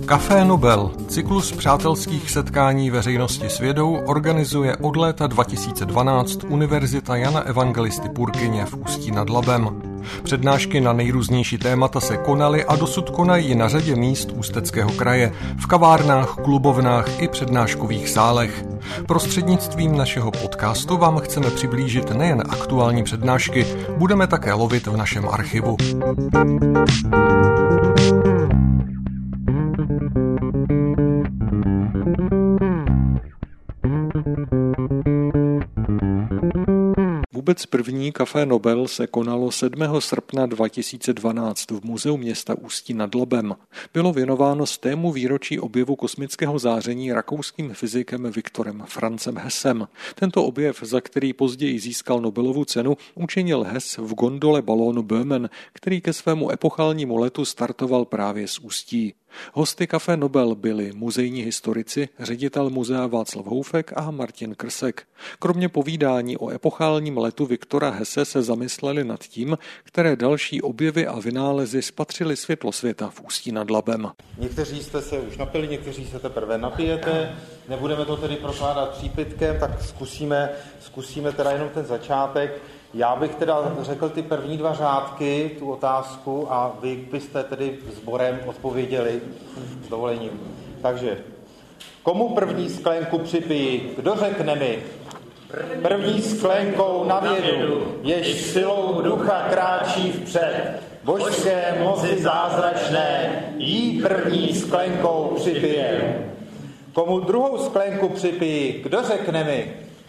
Café Nobel, cyklus přátelských setkání veřejnosti s vědou, organizuje od léta 2012 Univerzita Jana Evangelisty Purkyně v Ústí nad Labem. Přednášky na nejrůznější témata se konaly a dosud konají na řadě míst Ústeckého kraje, v kavárnách, klubovnách i přednáškových sálech. Prostřednictvím našeho podcastu vám chceme přiblížit nejen aktuální přednášky, budeme také lovit v našem archivu. Vůbec první Café Nobel se konalo 7. srpna 2012 v Muzeu města Ústí nad Labem. Bylo věnováno 100. výročí objevu kosmického záření rakouským fyzikem Viktorem Franzem Hessem. Tento objev, za který později získal Nobelovu cenu, učinil Hess v gondole balónu Böhmen, který ke svému epochálnímu letu startoval právě z Ústí. Hosty Café Nobel byli muzejní historici, ředitel muzea Václav Houfek a Martin Krsek. Kromě povídání o epochálním letu Viktora Hesse se zamysleli nad tím, které další objevy a vynálezy spatřily světlo světa v Ústí nad Labem. Někteří jste se už napili, někteří se teprve napijete. Nebudeme to tedy prokládat přípitkem, tak zkusíme teda jenom ten začátek. Já bych teda řekl ty první dva řádky, tu otázku, a vy byste tedy sborem odpověděli s dovolením. Takže, komu první sklenku připiji? Kdo řekne mi? První sklenkou na vědu, jež silou ducha kráčí vpřed. Božské moci zázračné, jí první sklenkou připije. Komu druhou sklenku připiji? Kdo řekne mi?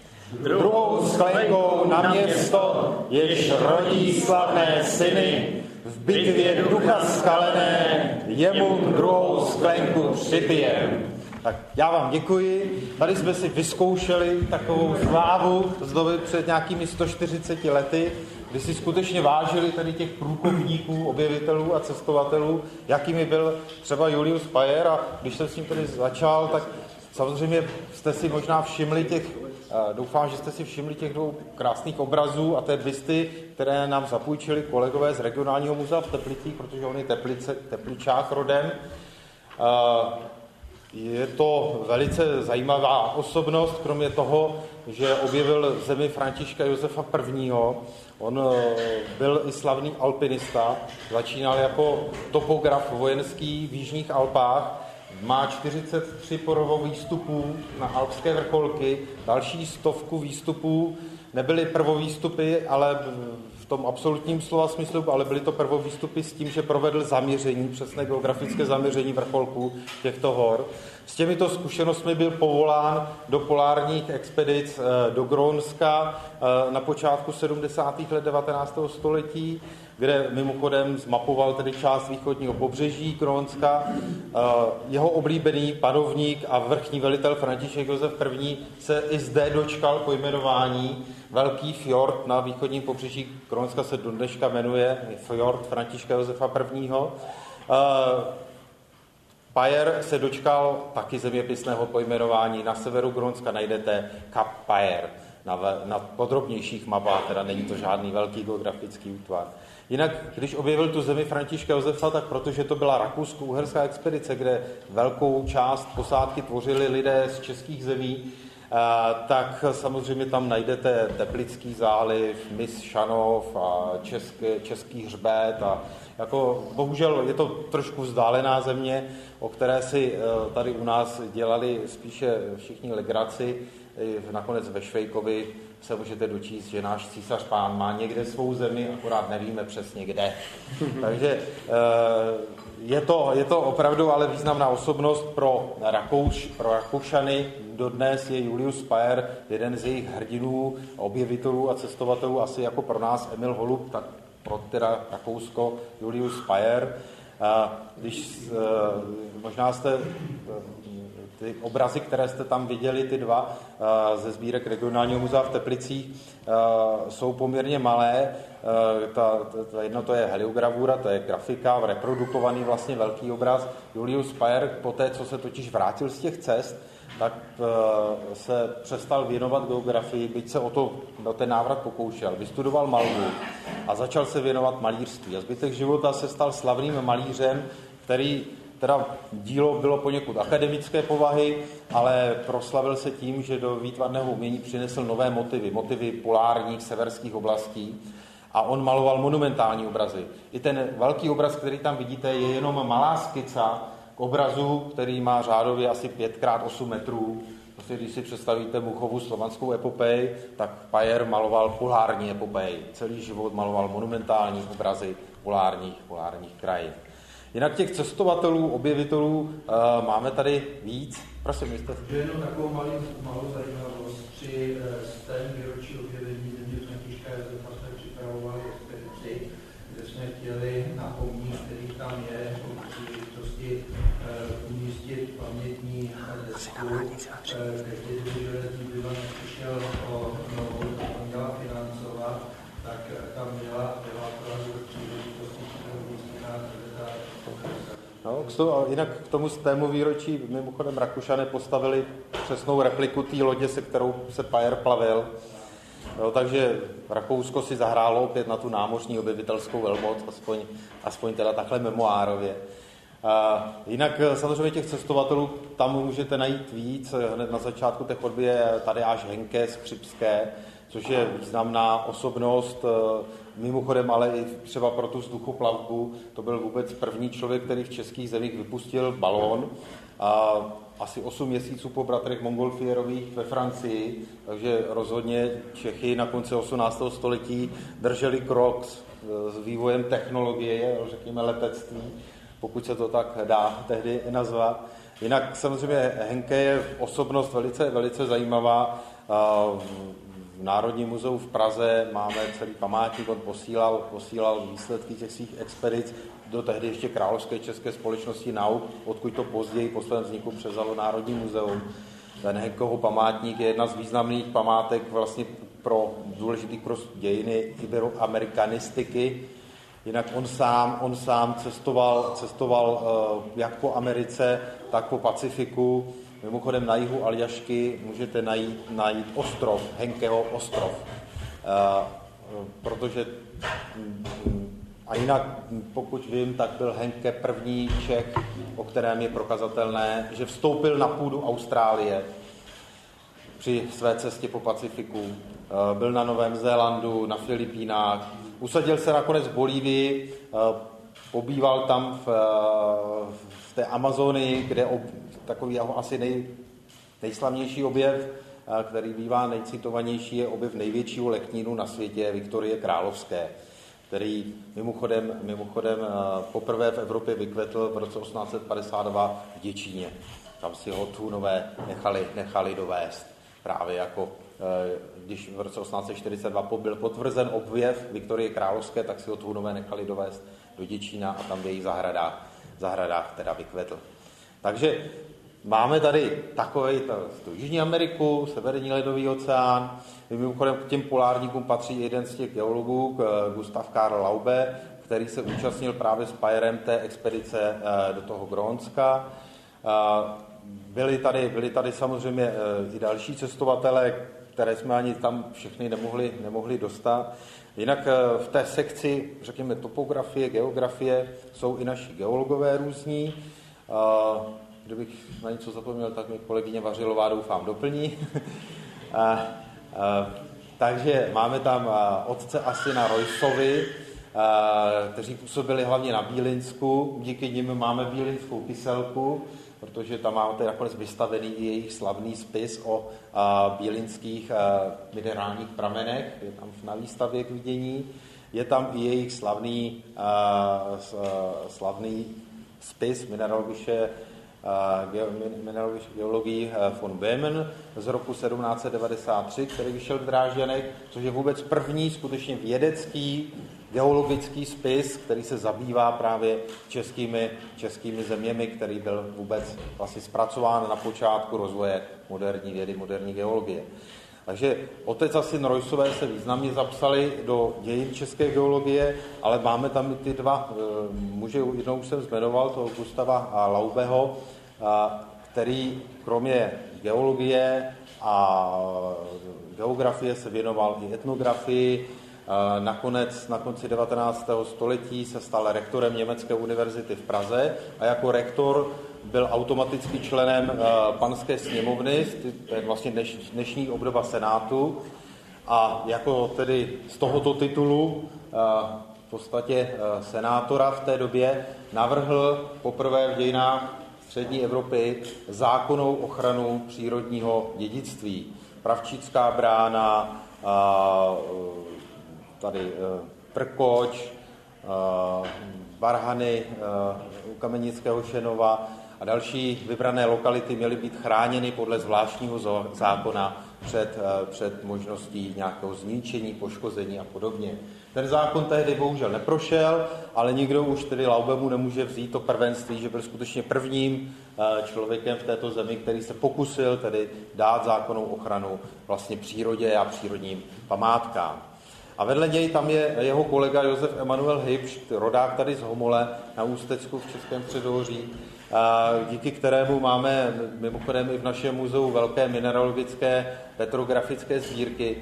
Druhou sklenkou na město, jež rodí slavné syny, v bitvě ducha skalené, jemu druhou sklenku připijem. Tak já vám děkuji. Tady jsme si vyzkoušeli takovou slávu z doby před nějakými 140 lety, kdy si skutečně vážili tady těch průkopníků, objevitelů a cestovatelů, jakými byl třeba Julius Payer, a když jsem s ním tedy začal, tak samozřejmě jste si možná všimli doufám, že jste si všimli těch dvou krásných obrazů a té bysty, které nám zapůjčili kolegové z regionálního muzea v Teplicích, protože on je tepličák rodem. Je to velice zajímavá osobnost, kromě toho, že objevil zemi Františka Josefa I. On byl i slavný alpinista, začínal jako topograf vojenský v Jižních Alpách, má 43 prvovýstupů na alpské vrcholky, další 100 výstupů. Nebyly prvovýstupy, ale v tom absolutním slova smyslu, ale byly to prvovýstupy s tím, že provedl zaměření, přesné geografické zaměření vrcholků těchto hor. S těmito zkušenostmi byl povolán do polárních expedic do Grónska na počátku 70. let 19. století, kde mimochodem zmapoval tedy část východního pobřeží Grónska. Jeho oblíbený panovník a vrchní velitel František Josef I. se i zde dočkal pojmenování. Velký fjord na východním pobřeží Grónska se do dneška jmenuje fjord Františka Josefa I. Payer se dočkal taky zeměpisného pojmenování. Na severu Grónska najdete Kap Payer. Na podrobnějších mapách, teda není to žádný velký geografický útvar. Jinak, když objevil tu zemi Františka Josefa, tak protože to byla rakousko-uherská expedice, kde velkou část posádky tvořili lidé z českých zemí, tak samozřejmě tam najdete Teplický záliv, mys Šanov a Český hřbet. A jako, bohužel je to trošku vzdálená země, o které si tady u nás dělali spíše všichni legraci. Nakonec ve Švejkovi se můžete dočíst, že náš císař pán má někde svou zemi, akorát nevíme přesně kde. Takže je to opravdu ale významná osobnost pro Rakoušany. Dodnes je Julius Payer jeden z jejich hrdinů, objevitelů a cestovatelů, asi jako pro nás Emil Holub, tak pro teda Rakousko Julius Payer. Možná jste ty obrazy, které jste tam viděli, ty dva ze sbírek regionálního muzea v Teplicích, jsou poměrně malé. Jedno to je heliogravura, to je grafika, reprodukovaný vlastně velký obraz. Julius Payer, poté, co se totiž vrátil z těch cest, tak se přestal věnovat geografii, byť se o ten návrat pokoušel. Vystudoval malbu a začal se věnovat malířství. A zbytek života se stal slavným malířem, který Teda dílo bylo poněkud akademické povahy, ale proslavil se tím, že do výtvarného umění přinesl nové motivy polárních severských oblastí a on maloval monumentální obrazy. I ten velký obraz, který tam vidíte, je jenom malá skica k obrazu, který má řádově asi 5x8 metrů. Prostě když si představíte Muchovu slovanskou epopej, tak Pajer maloval polární epopej. Celý život maloval monumentální obrazy polárních krajin. Jinak těch cestovatelů, objevitelů máme tady víc. Prosím, jste... Jenom takovou malou zajímavost. Při stém výročí objevení země Františka Josefa jsme připravovali expedici, kde jsme chtěli na pomník, který tam je, po příležitosti umístit pamětní desku. Každý železný býval nepřišel o novou, to měla financovat, tak tam byla opravdu příležitosti, kterou umístěná No, jinak k tomu stému výročí mimochodem Rakušané postavili přesnou repliku té lodě, se kterou se Pajer plavil. No, takže Rakousko si zahrálo opět na tu námořní objevitelskou velmoc, aspoň teda takhle memoárově. Jinak samozřejmě těch cestovatelů tam můžete najít víc. Hned na začátku té chodby je Tadeáš Henke z Chřibské, což je významná osobnost, mimochodem ale i třeba pro tu vzduchoplavbu. To byl vůbec první člověk, který v českých zemích vypustil balón. A asi 8 měsíců po bratrech Montgolfierových ve Francii, takže rozhodně Čechy na konci 18. století drželi krok s vývojem technologie, řekněme letectví, pokud se to tak dá tehdy nazvat. Jinak samozřejmě Henke je osobnost velice zajímavá. V Národním muzeu v Praze máme celý památník, on posílal výsledky těch svých expedic do tehdy ještě Královské české společnosti nauk, odkud to později po svém vzniku převzalo Národní muzeum. Ten Henkeho památník je jedna z významných památek vlastně důležitých pro dějiny iberoamerikanistiky. Jinak on sám cestoval jak po Americe, tak po Pacifiku. Mimochodem na jihu Aljašky můžete najít ostrov, Henkeho ostrov. Protože a jinak, pokud vím, tak byl Henke první Čech, o kterém je prokazatelné, že vstoupil na půdu Austrálie při své cestě po Pacifiku. Byl na Novém Zélandu, na Filipínách, usadil se nakonec v Bolívii, pobýval tam v té Amazonii, kde takový jeho asi nejslavnější objev, který bývá nejcitovanější, je objev největšího leknínu na světě, Viktorie Královské, který mimochodem poprvé v Evropě vykvetl v roce 1852 v Děčíně. Tam si ho Thunové nechali dovést. Právě jako když v roce 1842 byl potvrzen objev Viktorie Královské, tak si ho Thunové nechali dovést do Děčína a tam v jejich zahradách teda vykvetl. Takže máme tady tu Jižní Ameriku, Severní ledový oceán. Mimochodem k těm polárníkům patří jeden z těch geologů, Gustav Karl Laube, který se účastnil právě s Pajerem té expedice do toho Grónska. Byli tady samozřejmě i další cestovatelé, které jsme ani tam všechny nemohli dostat. Jinak v té sekci, řekněme, topografie, geografie, jsou i naši geologové různí. Kdybych na něco zapomněl, tak mi kolegyně Vařilová doufám doplní. Takže máme tam otce Asina Roysovi, kteří působili hlavně na Bílinsku. Díky nim máme bílinskou kyselku, protože tam máte nakonec vystavený i jejich slavný spis o bílinských minerálních pramenech. Je tam na výstavě k vidění. Je tam i jejich slavný spis mineralogie geologii von Böhmen z roku 1793, který vyšel v Drážďanech, což je vůbec první skutečně vědecký geologický spis, který se zabývá právě českými zeměmi, který byl vůbec vlastně zpracován na počátku rozvoje moderní vědy, moderní geologie. Takže otec a syn Roysové se významně zapsali do dějin české geologie, ale máme tam i ty dva muže, jednou už jsem jmenoval, toho Gustava a Laubeho, který kromě geologie a geografie se věnoval i etnografii, Nakonec na konci 19. století se stal rektorem Německé univerzity v Praze a jako rektor byl automaticky členem Panské sněmovny, to je vlastně dnešní obdoba Senátu, a jako tedy z tohoto titulu v podstatě senátora v té době navrhl poprvé v dějinách střední Evropy zákonnou ochranu přírodního dědictví. Pravčická brána, tady Prkoč, Varhany u Kamenického Šenova a další vybrané lokality měly být chráněny podle zvláštního zákona před možností nějakého zničení, poškození a podobně. Ten zákon tehdy bohužel neprošel, ale nikdo už tedy Laubemu nemůže vzít to prvenství, že byl skutečně prvním člověkem v této zemi, který se pokusil tedy dát zákonnou ochranu vlastně přírodě a přírodním památkám. A vedle něj tam je jeho kolega Josef Emanuel Hybš, rodák tady z Homole na Ústecku v Českém Středohoří, díky kterému máme mimochodem i v našem muzeu velké mineralogické petrografické sbírky,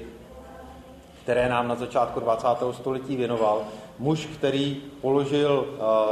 které nám na začátku 20. století věnoval. Muž, který položil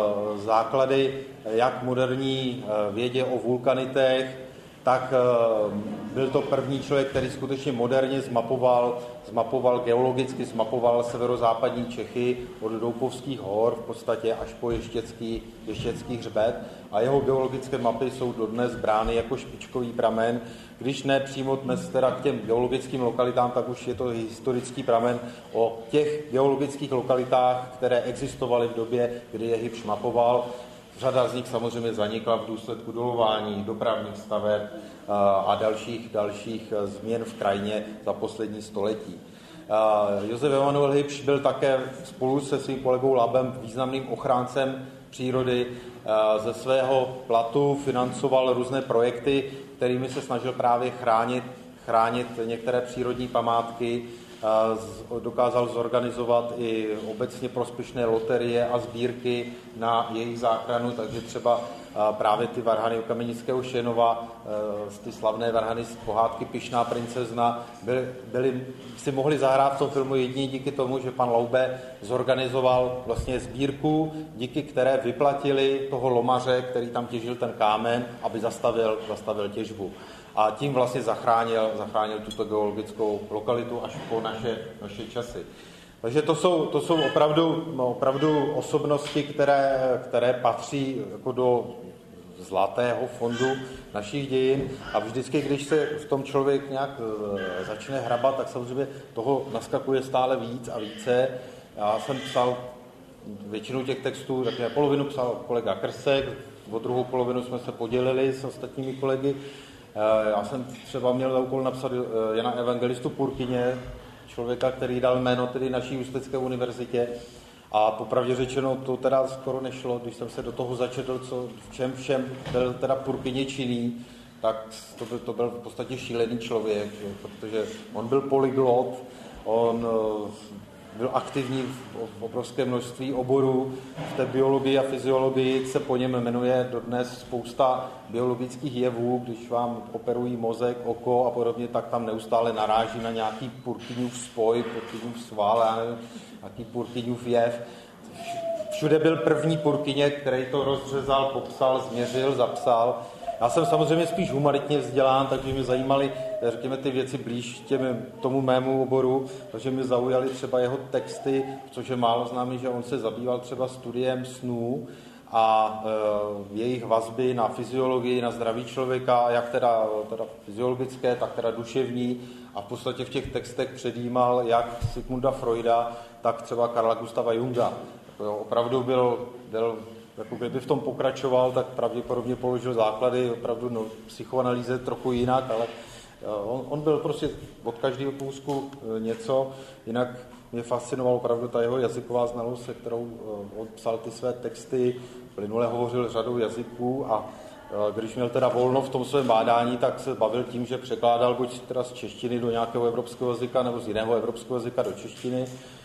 základy jak moderní vědě o vulkanitech, tak byl to první člověk, který skutečně moderně zmapoval geologicky, zmapoval severozápadní Čechy od Doupovských hor v podstatě až po Ještěcký hřbet a jeho geologické mapy jsou dodnes brány jako špičkový pramen. Když ne přímo dnes teda k těm geologickým lokalitám, tak už je to historický pramen o těch geologických lokalitách, které existovaly v době, kdy je Hybš mapoval. Řada z nich samozřejmě zanikla v důsledku dolování, dopravních staveb a dalších změn v krajině za poslední století. Josef Emanuel Hybš byl také spolu se svým kolegou Labem významným ochráncem přírody. Ze svého platu financoval různé projekty, kterými se snažil právě chránit některé přírodní památky. Dokázal zorganizovat i obecně prospěšné loterie a sbírky na jejich záchranu, takže třeba právě ty varhany u Kamenického Šenova, ty slavné varhany z pohádky Pyšná princezna, si mohli zahrát v tom filmu jedině díky tomu, že pan Laube zorganizoval vlastně sbírku, díky které vyplatili toho lomaře, který tam těžil ten kámen, aby zastavil těžbu. A tím vlastně zachránil tuto geologickou lokalitu až po naše časy. Takže to jsou opravdu osobnosti, které patří jako do zlatého fondu našich dějin a vždycky, když se v tom člověk nějak začne hrabat, tak samozřejmě toho naskakuje stále víc a více. Já jsem psal většinu těch textů, tak polovinu psal kolega Krsek, o druhou polovinu jsme se podělili s ostatními kolegy. Já jsem třeba měl za úkol napsat Jana Evangelistu Purkyně, člověka, který dal jméno tedy naší Ústecké univerzitě. A popravdě řečeno, to teda skoro nešlo, když jsem se do toho začetl, v čem všem byl teda Purkyně činný, tak to byl v podstatě šílený člověk, protože on byl polyglot, on byl aktivní v obrovské množství oborů. V té biologii a fyziologii se po něm jmenuje dodnes spousta biologických jevů. Když vám operují mozek, oko a podobně, tak tam neustále naráží na nějaký Purkyňův spoj, Purkyňův sval, já nevím, nějaký Purkyňův jev. Všude byl první Purkyně, který to rozřezal, popsal, změřil, zapsal. Já jsem samozřejmě spíš humanitně vzdělán, takže mě zajímaly, řekněme, ty věci blíž tomu mému oboru, takže mě zaujaly třeba jeho texty, což je málo známý, že on se zabýval třeba studiem snů a jejich vazby na fyziologii, na zdraví člověka, jak teda fyziologické, tak teda duševní a v podstatě v těch textech předjímal jak Sigmunda Freuda, tak třeba Karla Gustava Junga. Opravdu byl jako kdyby v tom pokračoval, tak pravděpodobně položil základy opravdu psychoanalýze trochu jinak, ale on byl prostě od každého kousku něco, jinak mě fascinovala opravdu ta jeho jazyková znalost, se kterou on psal ty své texty, plynule hovořil řadou jazyků a když měl teda volno v tom svém bádání, tak se bavil tím, že překládal buď teda z češtiny do nějakého evropského jazyka nebo z jiného evropského jazyka do češtiny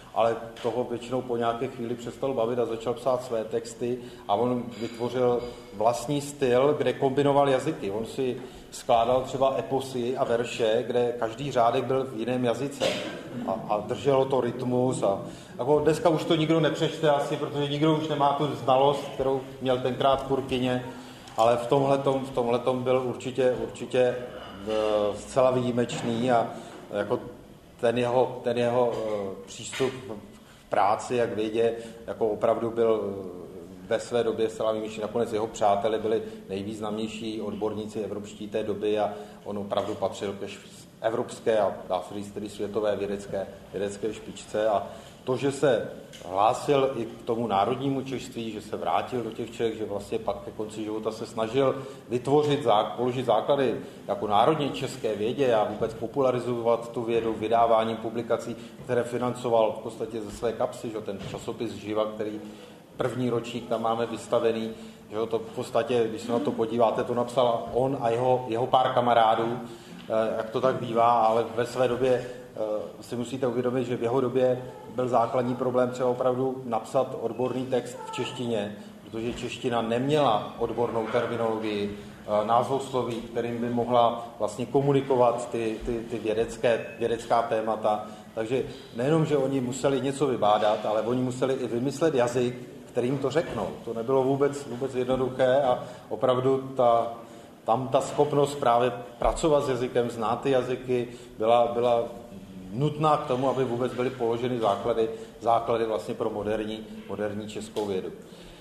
ale toho většinou po nějaké chvíli přestal bavit a začal psát své texty a on vytvořil vlastní styl, kde kombinoval jazyky. On si skládal třeba eposy a verše, kde každý řádek byl v jiném jazyce a drželo to rytmus. A jako dneska už to nikdo nepřečte asi, protože nikdo už nemá tu znalost, kterou měl tenkrát Purkyně, ale v tomhletom byl určitě zcela výjimečný a jako ten jeho přístup v práci a k vědě jako opravdu byl ve své době zcela výjimečný. Nakonec jeho přáteli byli nejvýznamnější odborníci evropští té doby a on opravdu patřil ke evropské a dá se říct tedy světové vědecké špičce. A to, že se hlásil i k tomu národnímu češství, že se vrátil do těch Čech, že vlastně pak ke konci života se snažil položit základy jako národně české vědě a vůbec popularizovat tu vědu vydáváním publikací, které financoval v podstatě ze své kapsy, že ten časopis Živa, který první ročník tam máme vystavený, že to v podstatě, když se na to podíváte, to napsal on a jeho pár kamarádů, jak to tak bývá, ale ve své době si musíte uvědomit, že v jeho době byl základní problém třeba opravdu napsat odborný text v češtině, protože čeština neměla odbornou terminologii, názvosloví, kterým by mohla vlastně komunikovat ty vědecká témata. Takže nejenom, že oni museli něco vybádat, ale oni museli i vymyslet jazyk, kterým to řeknou. To nebylo vůbec jednoduché a opravdu tam ta schopnost právě pracovat s jazykem, znát ty jazyky, byla nutná k tomu, aby vůbec byly položeny základy vlastně pro moderní českou vědu.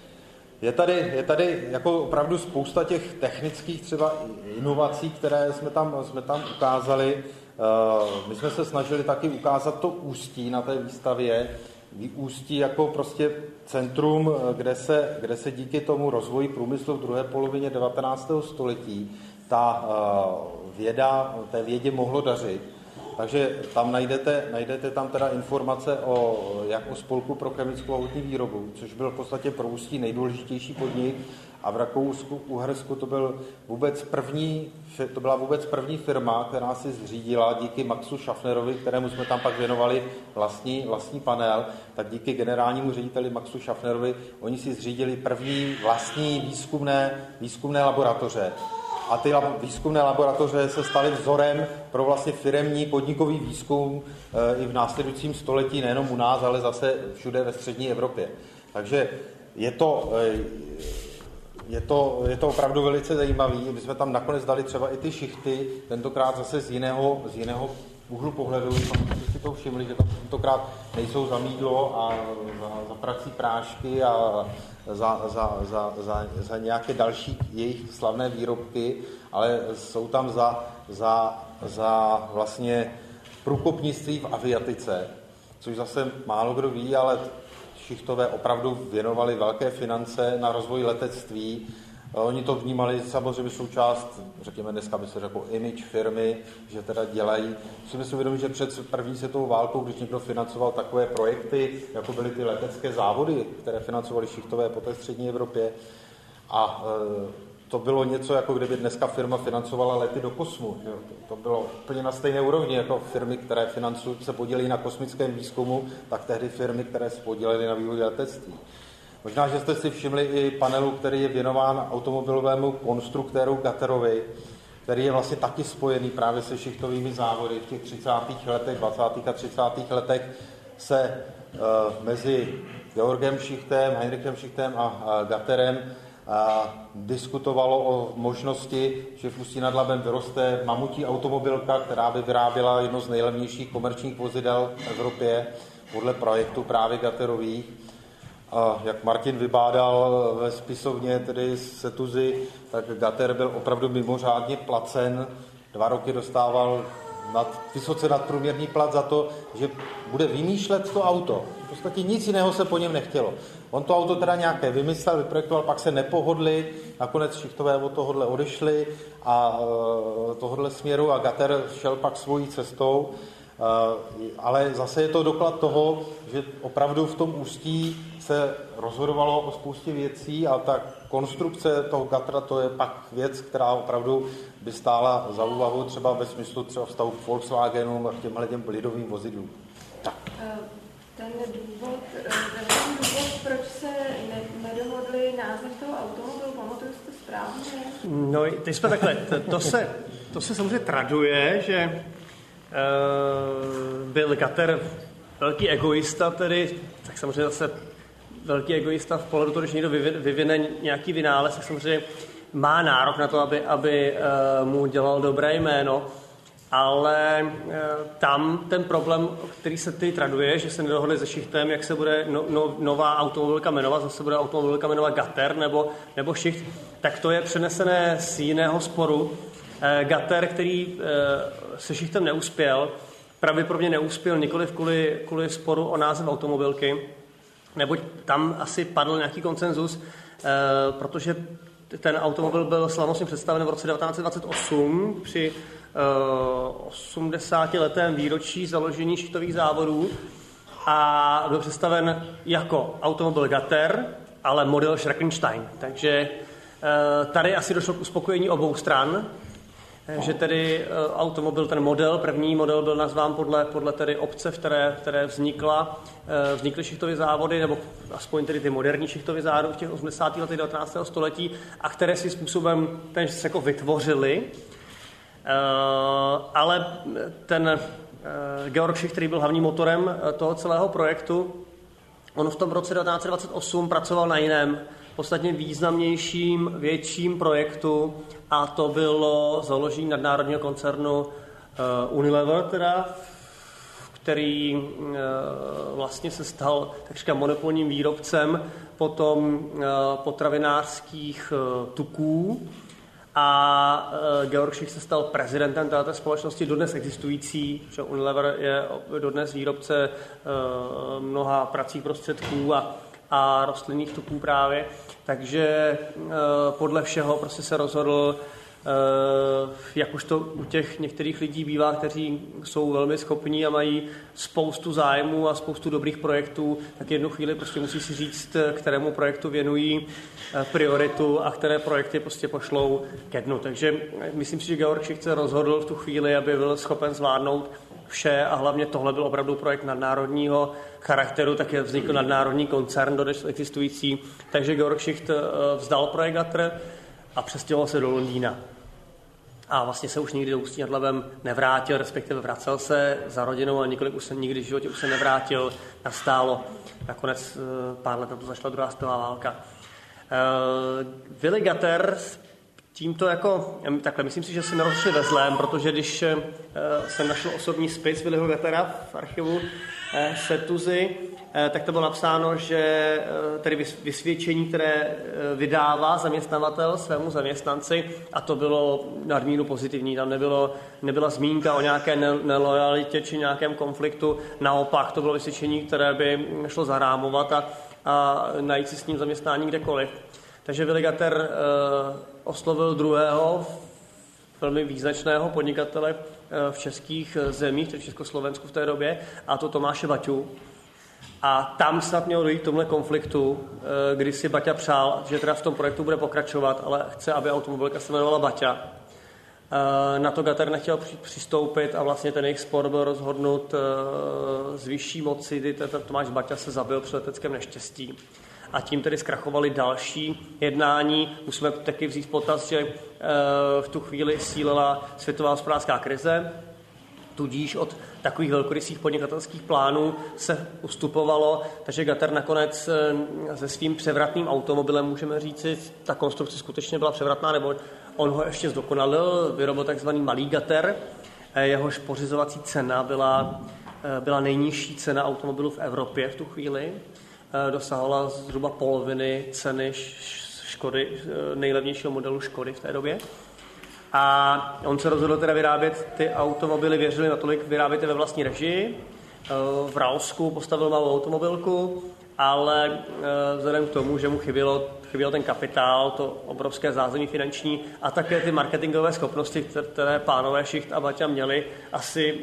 Je tady jako opravdu spousta těch technických třeba inovací, které jsme tam ukázali. My jsme se snažili taky ukázat to Ústí na té výstavě. Ústí jako prostě centrum, kde se díky tomu rozvoji průmyslu v druhé polovině 19. století té vědě mohlo dařit. Takže tam najdete tam teda informace jak o Spolku pro chemickou a hutní výrobu, což byl v podstatě pro Ústí nejdůležitější podnik a v Rakousku-Uhersku to byla vůbec první firma, která si zřídila díky Maxu Schaffnerovi, kterému jsme tam pak věnovali vlastní panel, tak díky generálnímu řediteli Maxu Schaffnerovi oni si zřídili první vlastní výzkumné laboratoře. A ty výzkumné laboratoře se staly vzorem pro vlastně firemní podnikový výzkum i v následujícím století, nejenom u nás, ale zase všude ve střední Evropě. Takže je to opravdu velice zajímavý. My jsme tam nakonec dali třeba i ty šichty, tentokrát zase z jiného úhlu pohledu. Jsme si to všimli, že tam tentokrát nejsou za mýdlo a za prací prášky a za nějaké další jejich slavné výrobky, ale jsou tam za vlastně průkopnictví v aviatice, což zase málo kdo ví, ale šichtové opravdu věnovali velké finance na rozvoj letectví. Oni to vnímali samozřejmě součást, řekněme dneska by se řeklo image firmy, že teda dělají. Musíme si uvědomit, že před první světovou válkou, když někdo financoval takové projekty, jako byly ty letecké závody, které financovaly šichtové po té střední Evropě, a to bylo něco, jako kdyby dneska firma financovala lety do kosmu. To bylo úplně na stejné úrovni, jako firmy, které se podílí na kosmickém výzkumu, tak tehdy firmy, které se podílely na vývoji letectví. Možná, že jste si všimli i panelu, který je věnován automobilovému konstruktéru Gatterovi, který je vlastně taky spojený právě se šichtovými závody. V těch 30. letech, 20. a 30. letech se mezi Georgem Schichtem, Heinrichem Schichtem a Gatterem diskutovalo o možnosti, že v Ústí nad Labem vyroste mamutí automobilka, která by vyráběla jedno z nejlevnějších komerčních vozidel v Evropě podle projektu právě Gatterových. A jak Martin vybádal ve spisovně, tedy Setuzy, tak Gatter byl opravdu mimořádně placen. 2 roky dostával vysoce nadprůměrný plat za to, že bude vymýšlet to auto. V podstatě nic jiného se po něm nechtělo. On to auto teda nějaké vymyslel, vyprojektoval, pak se nepohodli, nakonec šichtové od tohohle odešli a tohohle směru a Gatter šel pak svojí cestou. Ale zase je to doklad toho, že opravdu v tom Ústí se rozhodovalo o spoustě věcí a ta konstrukce toho Gattera, to je pak věc, která opravdu by stála za úvahu třeba ve smyslu třeba vztahu k Volkswagenu a k těmhle lidovým vozidlům. Tak. Ten No, teď jsme takhle, to se samozřejmě traduje, že byl Gatter velký egoista tedy, tak samozřejmě zase velký egoista v pohledu toho, když někdo vyvine nějaký vynález, tak samozřejmě má nárok na to, aby mu dělal dobré jméno, ale tam ten problém, který se teď traduje, že se nedohodli se šichtem, jak se bude nová automobilka jmenovat, zase bude automobilka jmenovat Gatter nebo šicht, tak to je přenesené z jiného sporu. Gatter, který se šichtem neuspěl, pravděpodobně neuspěl nikoliv kvůli sporu o název automobilky, neboť tam asi padl nějaký konsenzus, protože ten automobil byl slavnostně představen v roce 1928 při 80letém výročí založení šichtových závodů a byl představen jako automobil Gatter, ale model Schreckenstein. Takže tady asi došlo k uspokojení obou stran, že tedy automobil, ten model, první model byl nazván podle tedy obce, v které vznikly šichtové závody, nebo aspoň tedy ty moderní šichtové závody v těch 80. letech 19. století, a které si způsobem ten se jako vytvořili. Ale ten Georg Schicht, který byl hlavním motorem toho celého projektu, on v tom roce 1928 pracoval na jiném, podstatně významnějším, větším projektu, a to bylo založení nadnárodního koncernu Unilever, který vlastně se stal takřka monopolním výrobcem potom potravinářských tuků, a Georg Schicht se stal prezidentem této společnosti dodnes existující, že Unilever je dodnes výrobce mnoha pracích prostředků a rostlinných tuků právě. Takže podle všeho prostě se rozhodl, jak už to u těch některých lidí bývá, kteří jsou velmi schopní a mají spoustu zájmů a spoustu dobrých projektů, tak jednu chvíli prostě musí si říct, kterému projektu věnují prioritu a které projekty prostě pošlou ke dnu. Takže myslím si, že Georg Schicht se rozhodl v tu chvíli, aby byl schopen zvládnout vše, a hlavně tohle byl opravdu projekt nadnárodního charakteru, také vznikl nadnárodní koncern dodnes existující. Takže Georg Schicht vzdal projekt Gatter a přestěhoval se do Londýna. A vlastně se už nikdy do Ústí nad Labem nevrátil, respektive vracel se za rodinou, ale nikdy v životě už se nevrátil nastálo. Nakonec pár let na to zašla druhá světová válka. Willy Gatter tímto jako, takhle, myslím si, že se nerozšli ve zlém, protože když jsem našel osobní spis Willyho Gattera v archivu Setuzy, tak to bylo napsáno, že tedy vysvědčení, které vydává zaměstnavatel svému zaměstnanci, a to bylo nadmíru pozitivní, tam nebyla zmínka o nějaké nelojalitě či nějakém konfliktu, naopak to bylo vysvědčení, které by šlo zarámovat a najít si s ním zaměstnání kdekoliv. Takže Willy Gatter oslovil druhého velmi význačného podnikatele v českých zemích, tedy v Československu v té době, a to Tomáše Baťu. A tam snad mělo dojít k tomhle konfliktu, kdy si Baťa přál, že teda v tom projektu bude pokračovat, ale chce, aby automobilka se jmenovala Baťa. Na to Gatter nechtěl přistoupit a vlastně ten jejich spor byl rozhodnut z vyšší moci, kdy Tomáš Baťa se zabil při leteckém neštěstí. A tím tedy zkrachovali další jednání. Musíme taky vzít potaz, že v tu chvíli sílila světová hospodářská krize, tudíž od takových velkorysých podnikatelských plánů se ustupovalo, takže Gatter nakonec se svým převratným automobilem, můžeme říci, ta konstrukce skutečně byla převratná, nebo on ho ještě zdokonalil, vyrobil takzvaný malý Gatter, jehož pořizovací cena byla nejnižší cena automobilu v Evropě v tu chvíli, dosahovala zhruba poloviny ceny Škody, nejlevnějšího modelu Škody v té době. A on se rozhodl teda vyrábět ty automobily, věřili natolik vyrábět je ve vlastní režii. V Ralsku postavil malou automobilku, ale vzhledem k tomu, že mu chyběl ten kapitál, to obrovské zázemí finanční a také ty marketingové schopnosti, které pánové Schicht a Baťa měli, asi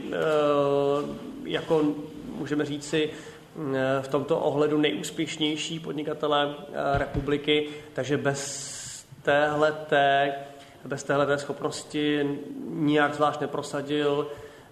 jako můžeme říci v tomto ohledu nejúspěšnější podnikatelé republiky, takže bez téhleté schopnosti nijak zvlášť neprosadil.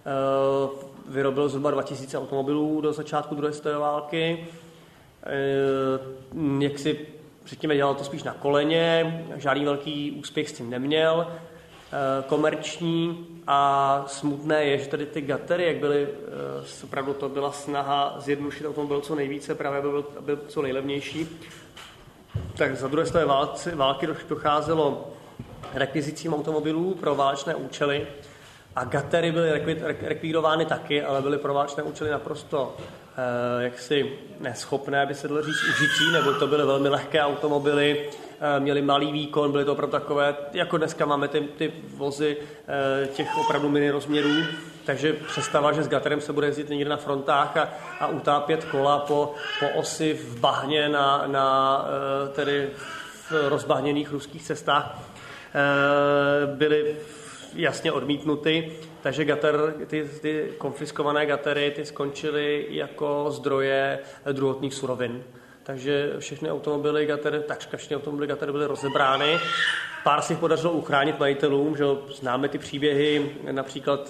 Vyrobil zhruba 2000 automobilů do začátku druhé světové války. Jak si Řekněme, dělal to spíš na koleně, žádný velký úspěch s tím neměl, komerční, a smutné je, že tady ty Gattery, jak byly, opravdu to byla snaha zjednodušit automobil co nejvíce, právě aby byl co nejlevnější, tak za druhé světové války docházelo rekvizicím automobilů pro válečné účely a Gattery byly rekvírovány taky, ale byly pro válečné účely naprosto jaksi neschopné, aby se dalo říct užití, nebo to byly velmi lehké automobily, měly malý výkon, byly to opravdu takové, jako dneska máme ty vozy těch opravdu mini rozměrů, takže představa, že s Gatterem se bude jezdit někde na frontách a utápět kola po osi v bahně na tedy v rozbahněných ruských cestách, byly jasně odmítnuty, takže ty konfiskované Gattery ty skončily jako zdroje druhotných surovin. Takže všechny automobily Gattery, takřka všechny automobily Gattery byly rozebrány. Pár si jich podařilo uchránit majitelům, že známe ty příběhy například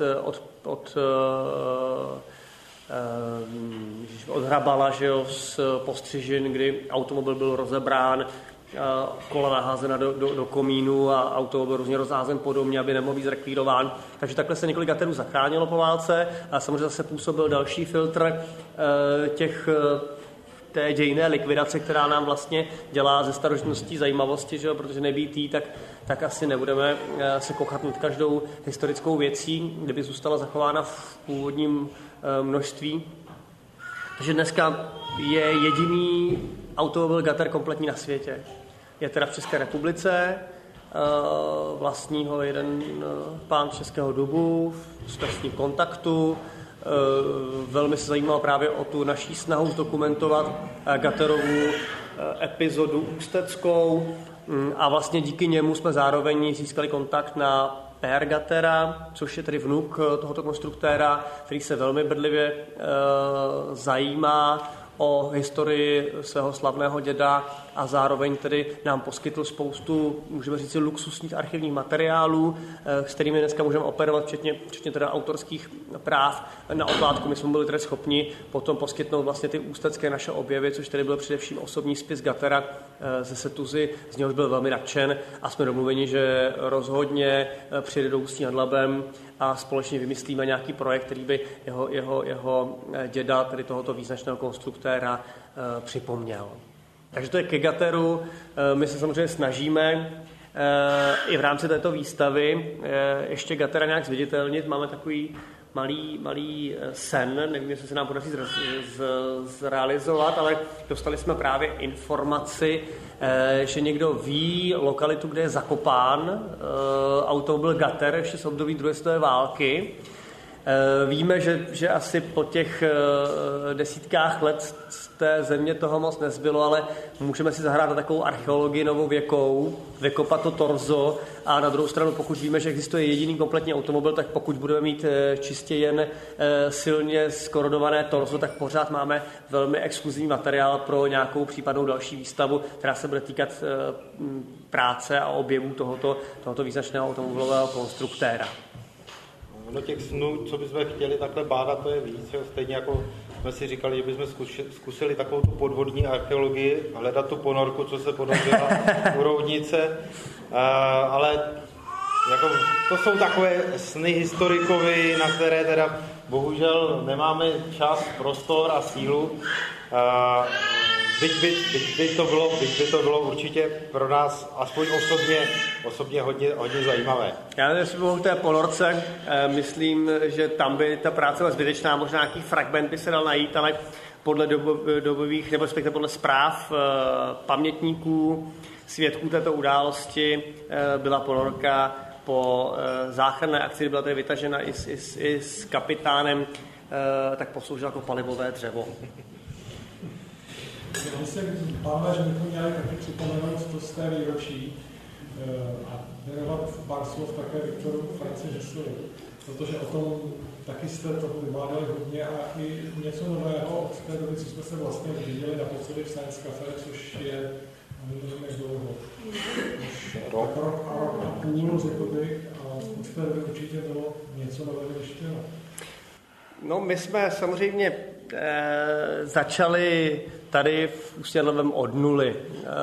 od Hrabala, že jo, z Postřižin, kdy automobil byl rozebrán, kola naházena do komínu a automobil různě rozházen podobně, aby nemohl být zrekvírován. Takže takhle se několik Gatterů zachránilo po válce a samozřejmě zase působil další filtr té dějinné likvidace, která nám vlastně dělá ze starožitností zajímavosti, že jo? Protože nebýt jí, tak asi nebudeme se kochat nad každou historickou věcí, kdyby zůstala zachována v původním množství. Takže dneska je jediný automobil Gatter kompletní na světě. Je teda v České republice, vlastní ho jeden pán z Českého Dubu, jsme s ním v kontaktu. Velmi se zajímal právě o tu naší snahu zdokumentovat Gatterovu epizodu ústeckou a vlastně díky němu jsme zároveň získali kontakt na PR Gattera, což je tedy vnuk tohoto konstruktéra, který se velmi bedlivě zajímá o historii svého slavného děda a zároveň tedy nám poskytl spoustu, můžeme říct, luxusních archivních materiálů, s kterými dneska můžeme operovat, včetně teda autorských práv na oplátku. My jsme byli tedy schopni potom poskytnout vlastně ty ústecké naše objevy, což tedy byl především osobní spis Gattera ze Setuzy, z něhož byl velmi nadšen a jsme domluveni, že rozhodně přijede do Ústí nad Labem a společně vymyslíme nějaký projekt, který by jeho děda, tedy tohoto význačného konstruktéra, připomněl. Takže to je ke Gatteru. My se samozřejmě snažíme i v rámci této výstavy ještě Gattera nějak zviditelnit. Máme takový malý sen, nevím, jestli se nám podaří zrealizovat, ale dostali jsme právě informaci, že někdo ví lokalitu, kde je zakopán automobil Gatter ještě z období druhé světové války. Víme, že asi po těch desítkách let z té země toho moc nezbylo, ale můžeme si zahrát na takovou archeologii novověkou, vykopat to torzo a na druhou stranu, pokud víme, že existuje jediný kompletní automobil, tak pokud budeme mít čistě jen silně skorodované torzo, tak pořád máme velmi exkluzivní materiál pro nějakou případnou další výstavu, která se bude týkat práce a objevů tohoto význačného automobilového konstruktéra. No těch snů, co bychom chtěli takhle bádat, to je víc. Stejně jako jsme si říkali, že bychom zkusili takovou tu podvodní archeologii, hledat tu ponorku, co se ponořila u Roudnice. Ale jako, to jsou takové sny historikovi, na které teda bohužel nemáme čas, prostor a sílu. Byť by to bylo určitě pro nás aspoň osobně hodně zajímavé. Já nevím, jestli mohu k té ponorce, myslím, že tam by ta práce byla zbytečná, možná nějaký fragment by se dal najít, ale podle dobových, nebo respektive podle zpráv pamětníků, svědků této události byla ponorka po záchranné akci, byla tady vytažena i s kapitánem, tak posloužila jako palivové dřevo. Myslím, pánové, že bychom měli taky připomenout to z té výročí a věnovat pár slov také Viktoru Franci Heslovi, protože o tom taky jste toho vymádali hodně a i něco nového od té doby, co jsme se vlastně viděli naposledy v Science Café, což je, nevím, jak dlouho, rok a půl, řekl bych, a od té doby určitě bylo něco nového ještě. No, my jsme samozřejmě začali tady v Ústí nad Labem od nuly.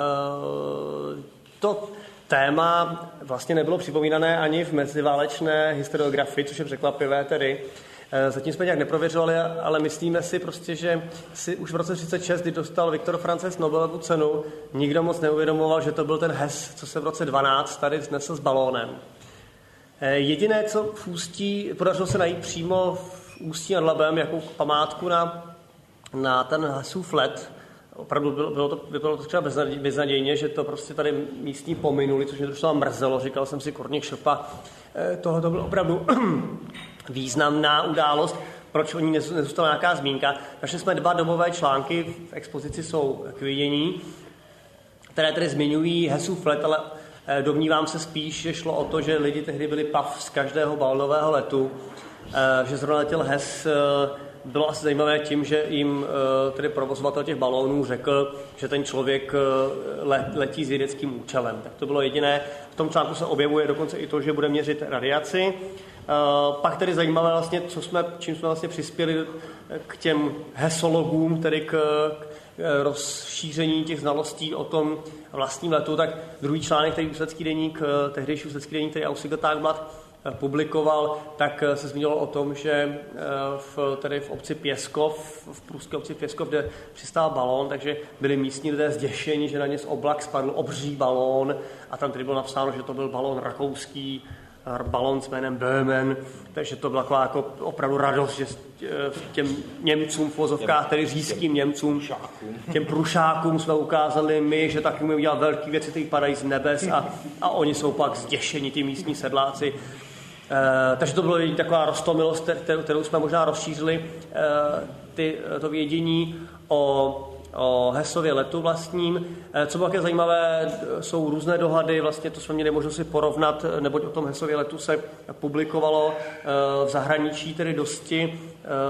To téma vlastně nebylo připomínané ani v meziválečné historiografii, což je překvapivé tedy. Zatím jsme nějak neprověřovali, ale myslíme si prostě, že si už v roce 1936, kdy dostal Viktor Frances Nobelovu cenu, nikdo moc neuvědomoval, že to byl ten Hess, co se v roce 12 tady vznesl s balónem. Jediné, co v Ústí, podařilo se najít přímo v Ústí nad Labem jako památku na ten Hessův let. Opravdu vypadalo to třeba beznadějně, že to prostě tady místní pominuli, což mě trošku mrzelo. Říkal jsem si, Korník Šopa, tohle to byl opravdu významná událost, proč o ní nezůstala nějaká zmínka. Našli jsme 2 dobové články, v expozici jsou k vidění, které tedy zmiňují Hessův let, ale domnívám se spíš, že šlo o to, že lidi tehdy byli pav z každého balónového letu, že zrovna letěl Hess. Bylo asi zajímavé tím, že jim tedy provozovatel těch balónů řekl, že ten člověk letí s vědeckým účelem. Tak to bylo jediné. V tom článku se objevuje dokonce i to, že bude měřit radiaci. Pak tedy zajímavé vlastně, čím jsme vlastně přispěli k těm hesologům, tedy k rozšíření těch znalostí o tom vlastním letu, tak druhý článek, který Ústecký deník, tehdejší Ústecký deník, který Aussiger Tagblatt publikoval, tak se zmínilo o tom, že v obci Pěskov, v průské obci Pěskov, kde přistál balón, takže byli místní lidé zděšeni, že na ně z oblak spadl obří balón a tam tedy bylo napsáno, že to byl balón rakouský, balón s jménem Böhmen, takže to byla taková jako opravdu radost, že těm Němcům v vozovkách, tedy říšským Němcům, těm prušákům jsme ukázali my, že taky umíme udělat velké věci, které padají z nebes a oni jsou pak zděšeni, ty místní sedláci. Takže to byla taková roztomilost, kterou jsme možná rozšířili, to vědění o Hessově letu vlastním. Co bylo také zajímavé, jsou různé dohady, vlastně to jsme měli možnost si porovnat, neboť o tom Hessově letu se publikovalo v zahraničí tedy dosti.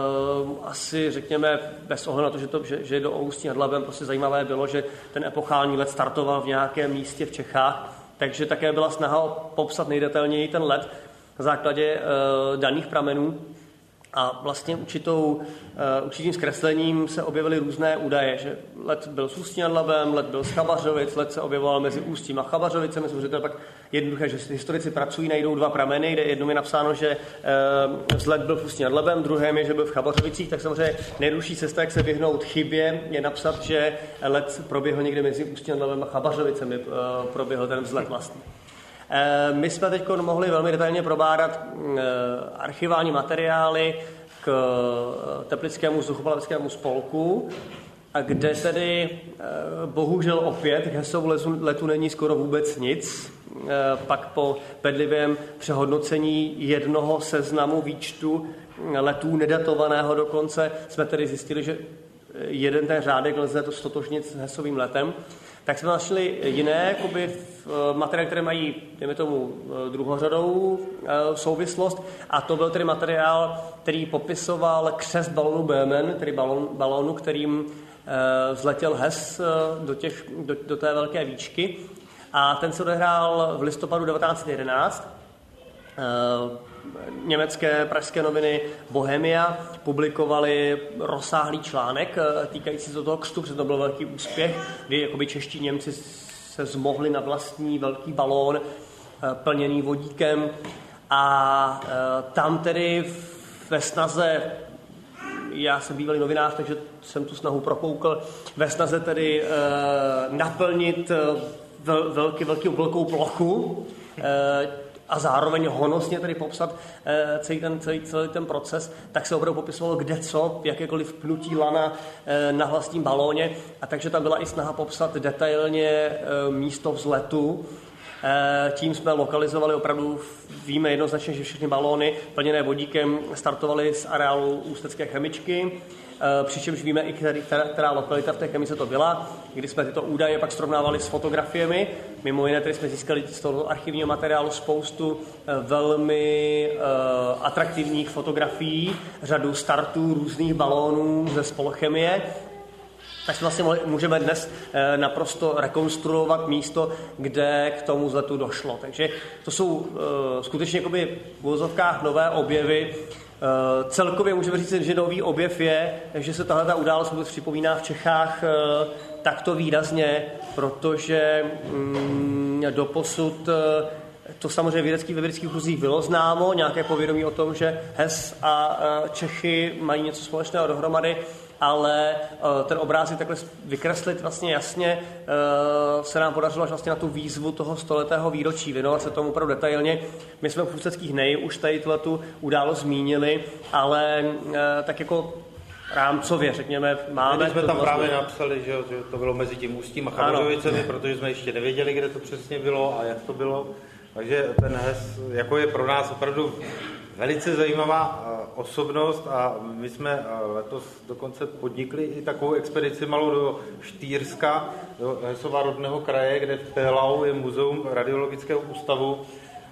Asi řekněme, bez ohledu na to, že do Ústí nad Labem, prostě zajímavé bylo, že ten epochální let startoval v nějakém místě v Čechách, takže také byla snaha popsat nejdetailněji ten let na základě daných pramenů. A vlastně určitým zkreslením se objevily různé údaje, že let byl s Ústí nad Labem, let byl z Chabařovic, let se objevoval mezi Ústím a Chabařovicemi. Jsou to pak jednoduché, že historici pracují, najdou 2 prameny, kde jednou je napsáno, že vzlet byl v Ústí nad Labem, druhém je, že byl v Chabařovicích, tak samozřejmě nejjednodušší cesta, jak se vyhnout chybě, je napsat, že let proběhl někde mezi Ústí nad Labem a Chabařovicemi, proběhl ten vzlet vlastně. My jsme teď mohli velmi detailně probádat archivální materiály k Teplickému vzduchoplaveckému spolku, a kde tedy bohužel opět k Hessovu letu není skoro vůbec nic. Pak po bedlivém přehodnocení jednoho seznamu výčtu letů nedatovaného dokonce jsme tedy zjistili, že jeden ten řádek lze to stotožnit s Hessovým letem. Tak jsme našli jiné materiály, které mají, dejme tomu, druhořadou souvislost, a to byl tedy materiál, který popisoval křest balónu Böhmen, tedy balónu, kterým vzletěl Hess do té velké výšky, a ten se odehrál v listopadu 1911. Německé pražské noviny Bohemia publikovali rozsáhlý článek týkající se toho křtu, protože to byl velký úspěch, kdy jakoby čeští Němci se zmohli na vlastní velký balón plněný vodíkem, a tam tedy ve snaze, já jsem bývalý novinář, takže jsem tu snahu prokoukl, ve snaze tedy naplnit velkou plochu a zároveň honosně tedy popsat celý ten proces, tak se opravdu popisovalo kde co, jakékoliv pnutí lana na vlastním balóně, a takže tam byla i snaha popsat detailně místo vzletu. Tím jsme lokalizovali opravdu, víme jednoznačně, že všechny balóny plněné vodíkem startovaly z areálu Ústecké chemičky, přičemž víme i, která lokalita v té chemice to byla, kdy jsme tyto údaje pak srovnávali s fotografiemi. Mimo jiné, tedy jsme získali z toho archivního materiálu spoustu velmi atraktivních fotografií, řadu startů různých balónů ze spolochemie. Tak vlastně můžeme dnes naprosto rekonstruovat místo, kde k tomu vzletu došlo. Takže to jsou skutečně v uvozovkách nové objevy. Celkově můžeme říct, že nový objev je, že se tahle událost vůbec připomíná v Čechách takto výrazně, protože doposud to samozřejmě ve vědeckých kruzích bylo známo, nějaké povědomí o tom, že Hess a Čechy mají něco společného dohromady, ale ten obrázek takhle vykreslit vlastně jasně se nám podařilo až vlastně na tu výzvu toho 100letého výročí, věnovat se tomu opravdu detailně. My jsme v Ústeckých nej už tady tu událost zmínili, ale tak jako rámcově, řekněme, máme... My jsme tam právě napsali, že to bylo mezi tím Ústím a Chabořovicemi, protože jsme ještě nevěděli, kde to přesně bylo a jak to bylo. Takže ten Hess jako je pro nás opravdu velice zajímavá osobnost a my jsme letos dokonce podnikli i takovou expedici malou do Štýrska, do Hessova rodného kraje, kde v Tehlau je muzeum radiologického ústavu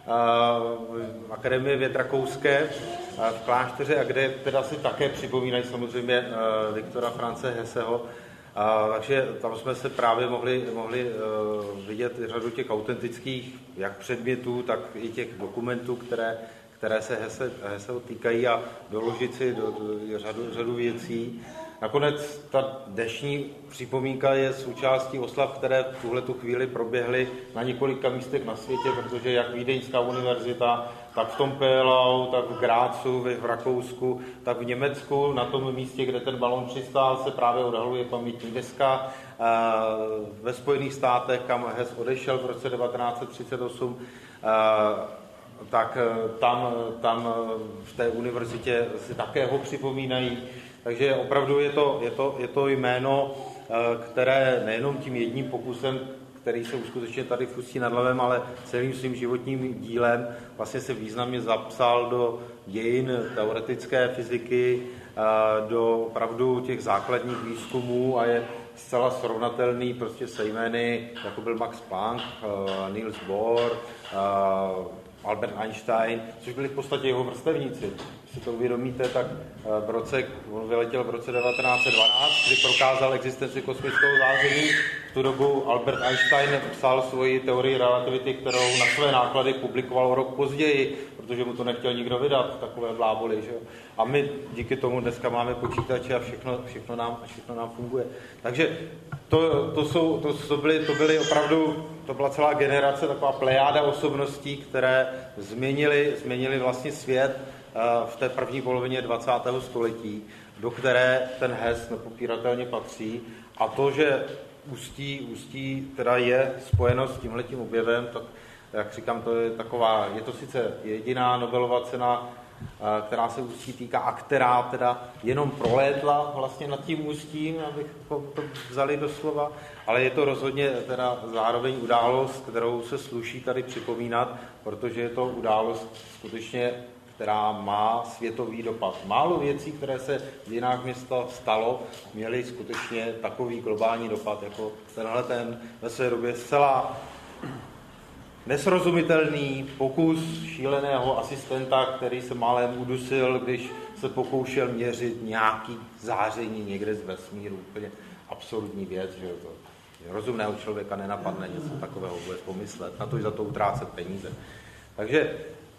Akademie věd rakouské v Klášteře, a kde teda si také připomínají samozřejmě Viktora Franze Hesseho. Takže tam jsme se právě mohli vidět řadu těch autentických jak předmětů, tak i těch dokumentů, které se Hesseho týkají, a doložit si řadu věcí. Nakonec ta dnešní připomínka je součástí oslav, které v tuhletu chvíli proběhly na několika místech na světě, protože jak Vídeňská univerzita, tak v tom Pélau, tak v Grácu, v Rakousku, tak v Německu, na tom místě, kde ten balon přistál, se právě odhaluje pamětní deska. Ve Spojených státech, kam Hess odešel v roce 1938, tak tam v té univerzitě si také ho připomínají. Takže opravdu je to jméno, které nejenom tím jedním pokusem, který se uskutečnil tady v Ústí nad Labem, ale celým svým životním dílem vlastně se významně zapsal do dějin teoretické fyziky, do opravdu těch základních výzkumů a je zcela srovnatelný prostě se jmény, jako byl Max Planck, Niels Bohr, Albert Einstein, což byli v podstatě jeho vrstevníci. Když si to uvědomíte, tak on vyletěl v roce 1912, kdy prokázal existenci kosmického záření. V tu dobu Albert Einstein psal svoji teorii relativity, kterou na své náklady publikoval rok později, protože mu to nechtěl nikdo vydat, takové bláboli. Že? A my díky tomu dneska máme počítače a všechno nám funguje. Takže to byly opravdu, to byla celá generace, taková plejáda osobností, které změnili vlastně svět v té první polovině 20. století, do které ten Hess nepopíratelně patří. A to, že Ústí teda je spojeno s tímhletím objevem, tak jak říkám, je to sice jediná Nobelova cena, která se Ústí týká a která teda jenom prolétla vlastně nad tím Ústím, abychom to vzali doslova, ale je to rozhodně teda zároveň událost, kterou se sluší tady připomínat, protože je to událost skutečně, která má světový dopad. Málo věcí, které se v dějinách města stalo, měly skutečně takový globální dopad, jako tenhle ten ve své době zcela nesrozumitelný pokus šíleného asistenta, který se málem udusil, když se pokoušel měřit nějaký záření někde z vesmíru. Úplně absurdní věc, že to rozumného člověka nenapadne něco takového vůbec pomyslet, na to i za to utrácet peníze. Takže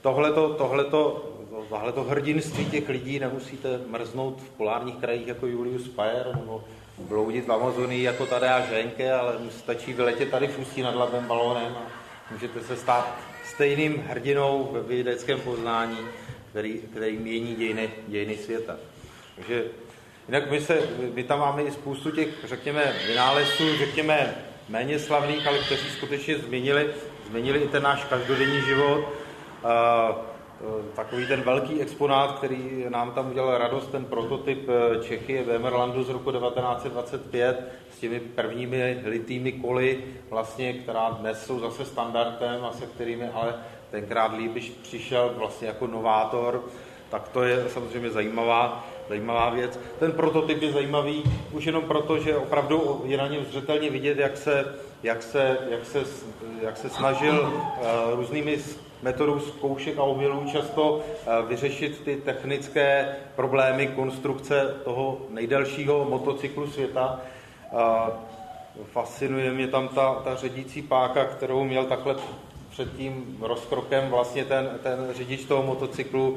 tohleto hrdinství těch lidí nemusíte mrznout v polárních krajích jako Julius Baer nebo bloudit v Amazonii jako Tadeáš Henke, ale stačí vyletět tady v Ústí nad Labem balónem a můžete se stát stejným hrdinou ve vědeckém poznání, který mění dějiny světa. Takže jinak my tam máme i spoustu těch, řekněme, vynálezců, řekněme, méně slavných, ale kteří skutečně změnili i ten náš každodenní život. Takový ten velký exponát, který nám tam udělal radost, ten prototyp Čechy Wemerlandu z roku 1925 s těmi prvními litými koly, vlastně, která dnes jsou zase standardem a se kterými ale tenkrát Líbiš přišel vlastně jako novátor, tak to je samozřejmě zajímavá věc. Ten prototyp je zajímavý už jenom proto, že opravdu je na něm zřetelně vidět, jak se snažil různými metodou zkoušek a omylů často vyřešit ty technické problémy konstrukce toho nejdelšího motocyklu světa. Fascinuje mě tam ta řidící páka, kterou měl takhle před tím rozkrokem vlastně ten řidič toho motocyklu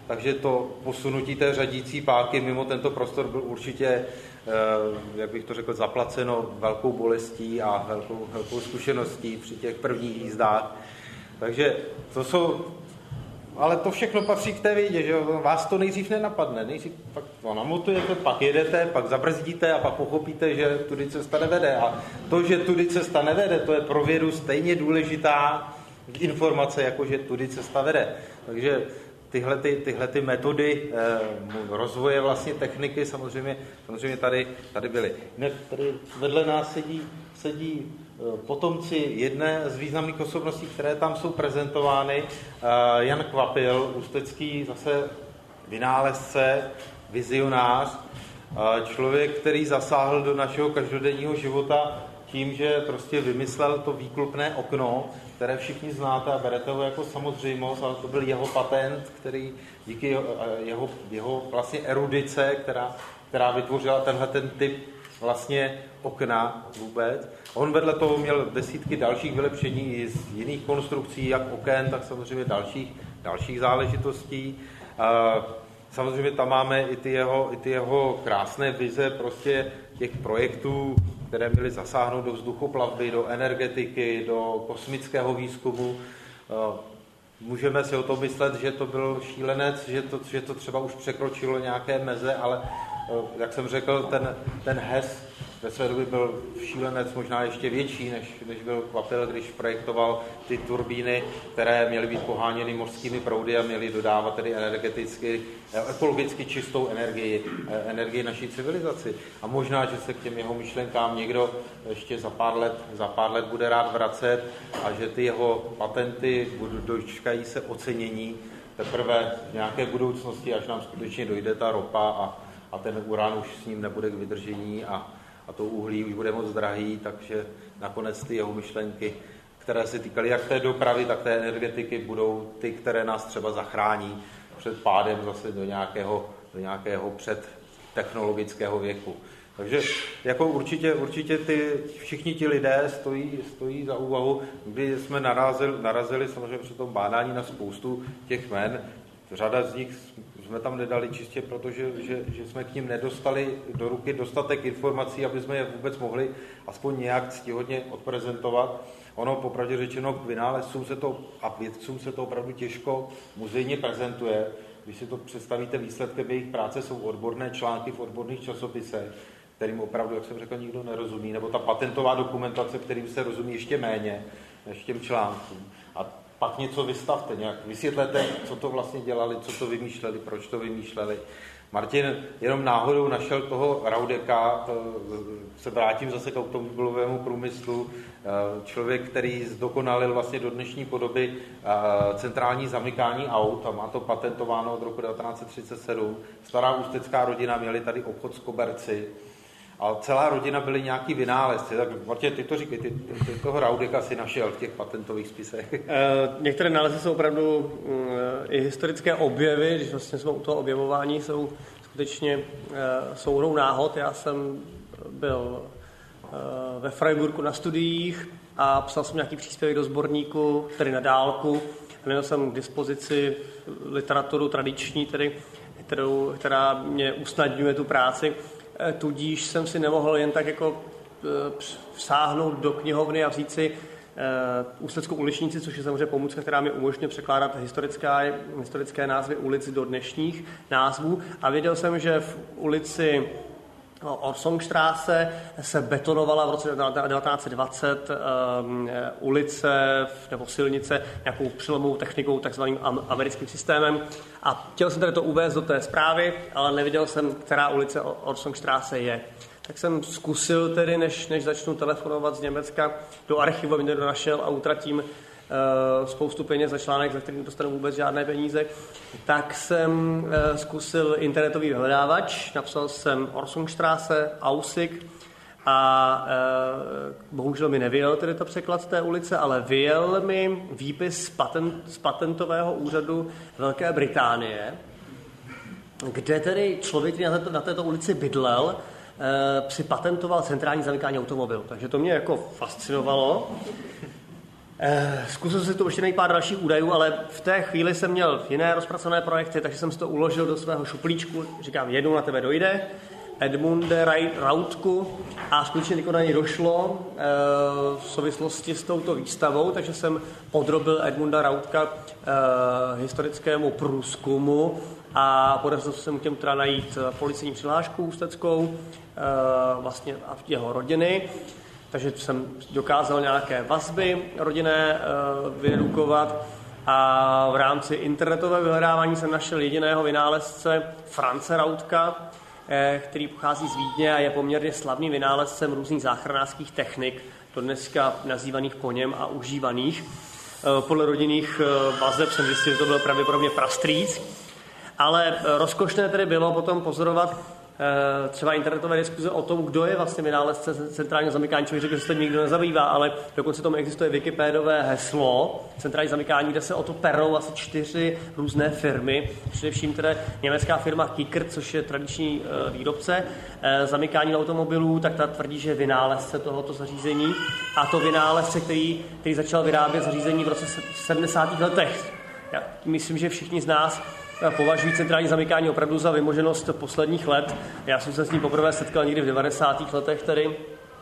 takže to posunutí té řadící páky mimo tento prostor byl určitě, jak bych to řekl, zaplaceno velkou bolestí a velkou zkušeností při těch prvních jízdách. Takže to jsou... Ale to všechno patří k té vědě, že vás to nejdřív nenapadne. Nejdřív pak to namotujete, pak jedete, pak zabrzdíte a pak pochopíte, že tudy cesta nevede. A to, že tudy cesta nevede, to je pro vědu stejně důležitá informace, jako že tudy cesta vede. Takže tyhle ty metody rozvoje vlastně techniky samozřejmě tady byly. Tady vedle nás sedí potomci jedné z významných osobností, které tam jsou prezentovány. Jan Kvapil, ústecký zase vynálezce, vizionář, člověk, který zasáhl do našeho každodenního života tím, že prostě vymyslel to výklopné okno, které všichni znáte a berete ho jako samozřejmost, ale to byl jeho patent, který díky jeho vlastně erudice, která vytvořila tenhle ten typ vlastně okna vůbec. On vedle toho měl desítky dalších vylepšení i z jiných konstrukcí, jak oken, tak samozřejmě dalších záležitostí. Samozřejmě tam máme i ty jeho krásné vize prostě těch projektů, které měly zasáhnout do vzduchoplavby, do energetiky, do kosmického výzkumu. Můžeme si o tom myslet, že to byl šílenec, že to třeba už překročilo nějaké meze, ale jak jsem řekl, ten Hess ve své době byl šílenec možná ještě větší, než byl Kvapil, když projektoval ty turbíny, které měly být poháněny mořskými proudy a měly dodávat tedy ekologicky čistou energii naší civilizaci. A možná, že se k těm jeho myšlenkám někdo ještě za pár let bude rád vracet a že ty jeho patenty dočkají se ocenění teprve v nějaké budoucnosti, až nám skutečně dojde ta ropa a ten uran už s ním nebude k vydržení a to uhlí už bude moc drahý, takže nakonec ty jeho myšlenky, které se týkaly jak té dopravy, tak té energetiky, budou ty, které nás třeba zachrání před pádem zase do nějakého předtechnologického věku. Takže jako určitě všichni ti lidé stojí za úvahu, kdy jsme narazili samozřejmě při tom bádání na spoustu těch jmen. Řada z nich jsme tam nedali čistě, protože že jsme k ním nedostali do ruky dostatek informací, aby jsme je vůbec mohli aspoň nějak ctihodně odprezentovat. Ono popravdě řečeno k vynálezcům a vědcům se to opravdu těžko muzejně prezentuje. Když si to představíte, výsledkem jejich práce jsou odborné články v odborných časopisech, kterým opravdu, jak jsem řekl, nikdo nerozumí, nebo ta patentová dokumentace, kterým se rozumí ještě méně než těm článkům. A pak něco vystavte, nějak vysvětlete, co to vlastně dělali, co to vymýšleli, proč to vymýšleli. Martin jenom náhodou našel toho Raudeka, se vrátím zase k automobilovému průmyslu, člověk, který zdokonalil vlastně do dnešní podoby centrální zamykání aut a má to patentováno od roku 1937. Stará ústecká rodina, měli tady obchod s koberci a celá rodina byli nějaký vynálezci. Tak Martin, ty to říkej, ty toho Raudeka si našel v těch patentových spisech. Některé nálezy jsou opravdu i historické objevy, když vlastně jsme u toho objevování, jsou skutečně souhrou náhod. Já jsem byl ve Freiburgu na studiích a psal jsem nějaký příspěvek do sborníku, tedy na dálku. Měl jsem k dispozici literaturu tradiční, tedy, která mě usnadňuje tu práci. Tudíž jsem si nemohl jen tak jako vsáhnout do knihovny a vzít si Ústeckou uličnici, což je samozřejmě pomůcka, která mi umožňuje překládat historické názvy ulic do dnešních názvů. A věděl jsem, že v ulici Orsongstraße se betonovala v roce 1920 ulice nebo silnice nějakou přelomovou technikou, takzvaným americkým systémem. A chtěl jsem tady to uvést do té zprávy, ale nevěděl jsem, která ulice Orsongstraße je. Tak jsem zkusil tedy, než začnu telefonovat z Německa do archivu, mě to našel a utratím spoustu peněz za článek, za který nedostanu vůbec žádné peníze, tak jsem zkusil internetový vyhledávač, napsal jsem Orsongstraße, Aussig a bohužel mi nevyjel tedy to překlad té ulice, ale vyjel mi výpis z patentového úřadu Velké Británie, kde tedy člověk, který na této ulici bydlel, si patentoval centrální zamykání automobilu. Takže to mě jako fascinovalo. Zkusil jsem si to ještě najít pár dalších údajů, ale v té chvíli jsem měl jiné rozpracované projekty, takže jsem si to uložil do svého šuplíčku. Říkám, jednou na tebe dojde, Edmunde Rautku, a skutečně na něj došlo v souvislosti s touto výstavou, takže jsem podrobil Edmunda Rautka historickému průzkumu a podařilo se mu těm teda najít policejní přihlášku ústeckou vlastně a jeho rodiny. Takže jsem dokázal nějaké vazby rodinné vydedukovat a v rámci internetového vyhledávání jsem našel jediného vynálezce Franze Rautka, který pochází z Vídně a je poměrně slavným vynálezcem různých záchranářských technik, do dneska nazývaných po něm a užívaných. Podle rodinných vazeb jsem zjistil, že to byl pravděpodobně prastrýc, ale rozkošné tedy bylo potom pozorovat třeba internetové diskuze o tom, kdo je vlastně vynálezce centrálního zamykání. Člověk řekl, že se tím nikdo nezabývá, ale dokonce tomu existuje wikipédové heslo centrální zamykání, kde se o to perou asi 4 různé firmy. Především tedy německá firma Kicker, což je tradiční výrobce zamykání automobilů, tak ta tvrdí, že je vynálezce tohoto zařízení. A to vynálezce, který začal vyrábět zařízení v roce 70. letech. Já myslím, že všichni z nás považují centrální zamykání opravdu za vymoženost posledních let. Já jsem se s ním poprvé setkal někdy v 90. letech tedy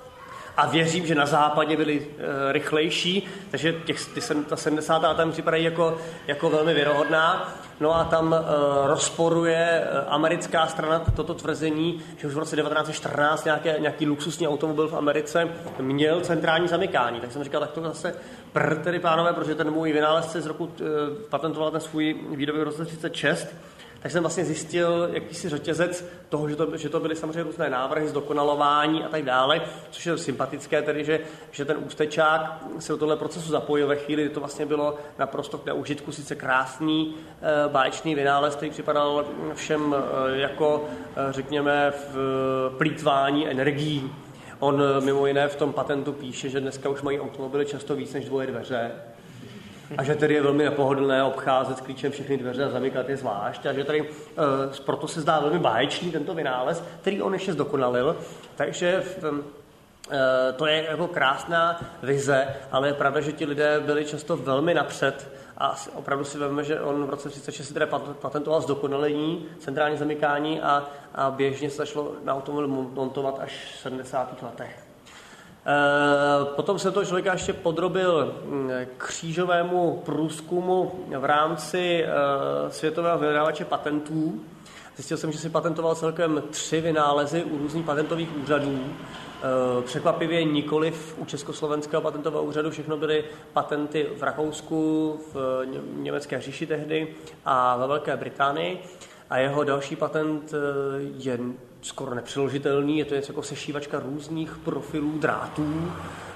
a věřím, že na západě byli rychlejší, takže ta 70. leta mi připadají jako velmi věrohodná. No a tam rozporuje americká strana toto tvrzení, že už v roce 1914 nějaký luxusní automobil v Americe měl centrální zamykání. Tak jsem říkal, tak to zase tedy pánové, protože ten můj vynálezce z roku patentoval ten svůj výrobek v roce 36, tak jsem vlastně zjistil jakýsi řetězec toho, že to byly samozřejmě různé návrhy, zdokonalování a tak dále, což je sympatické, tedy, že ten ústečák se do tohle procesu zapojil ve chvíli, kdy to vlastně bylo naprosto k neužitku, sice krásný báječný vynález, který připadal všem jako, řekněme, v plýtvání energií. On mimo jiné v tom patentu píše, že dneska už mají automobily často víc než 2 dveře. A že tedy je velmi nepohodlné obcházet s klíčem všechny dveře a zamykat je zvlášť. A že tady proto se zdá velmi báječný tento vynález, který on ještě zdokonalil. Takže to je jako krásná vize, ale je pravda, že ti lidé byli často velmi napřed a opravdu si veme, že on v roce 1936 tedy patentoval zdokonalení, centrální zamykání a běžně se začalo na automobil montovat až v 70. letech. Potom se toho člověka ještě podrobil křížovému průzkumu v rámci světového vyhledávače patentů. Zjistil jsem, že si patentoval celkem 3 vynálezy u různých patentových úřadů. Překvapivě nikoliv u Československého patentového úřadu, všechno byly patenty v Rakousku, v německé říši tehdy a ve Velké Británii. A jeho další patent je skoro nepřeložitelný, je to jako sešívačka různých profilů drátů.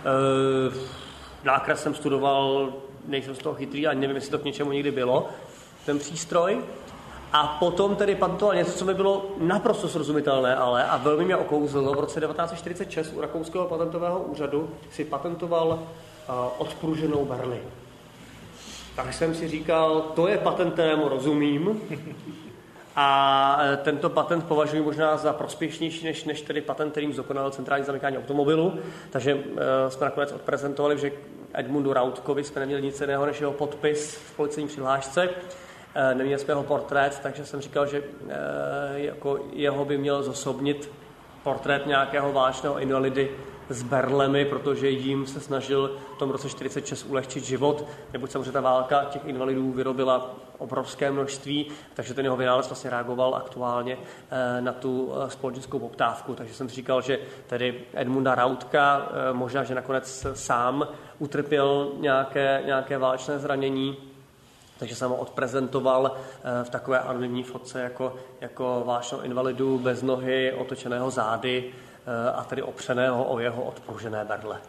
Nákres jsem studoval, nejsem z toho chytrý a nevím, jestli to k něčemu někdy bylo, ten přístroj. A potom tedy patentoval něco, co mi bylo naprosto srozumitelné, ale a velmi mě okouzilo. V roce 1946 u Rakouského patentového úřadu si patentoval odpruženou berli. Tak jsem si říkal, to je patent, kterému rozumím. A tento patent považuji možná za prospěšnější než tedy patent, kterým zdokonalil centrální zamykání automobilu. Takže jsme nakonec odprezentovali, že Edmundu Rautkovi jsme neměli nic jiného než jeho podpis v policejní přihlášce. Neměli jsme jeho portrét, takže jsem říkal, že jako jeho by měl zosobnit portrét nějakého válečného invalidy s berlemi, protože jim se snažil v tom roce 1946 ulehčit život, neboť samozřejmě ta válka těch invalidů vyrobila obrovské množství, takže ten jeho vynález vlastně reagoval aktuálně na tu společenskou poptávku. Takže jsem říkal, že tedy Edmunda Rautka možná, že nakonec sám utrpěl nějaké válečné zranění, takže jsem ho odprezentoval v takové anonymní fotce jako válečného invalidu bez nohy, otočeného zády a tedy opřeného o jeho odpružené berle.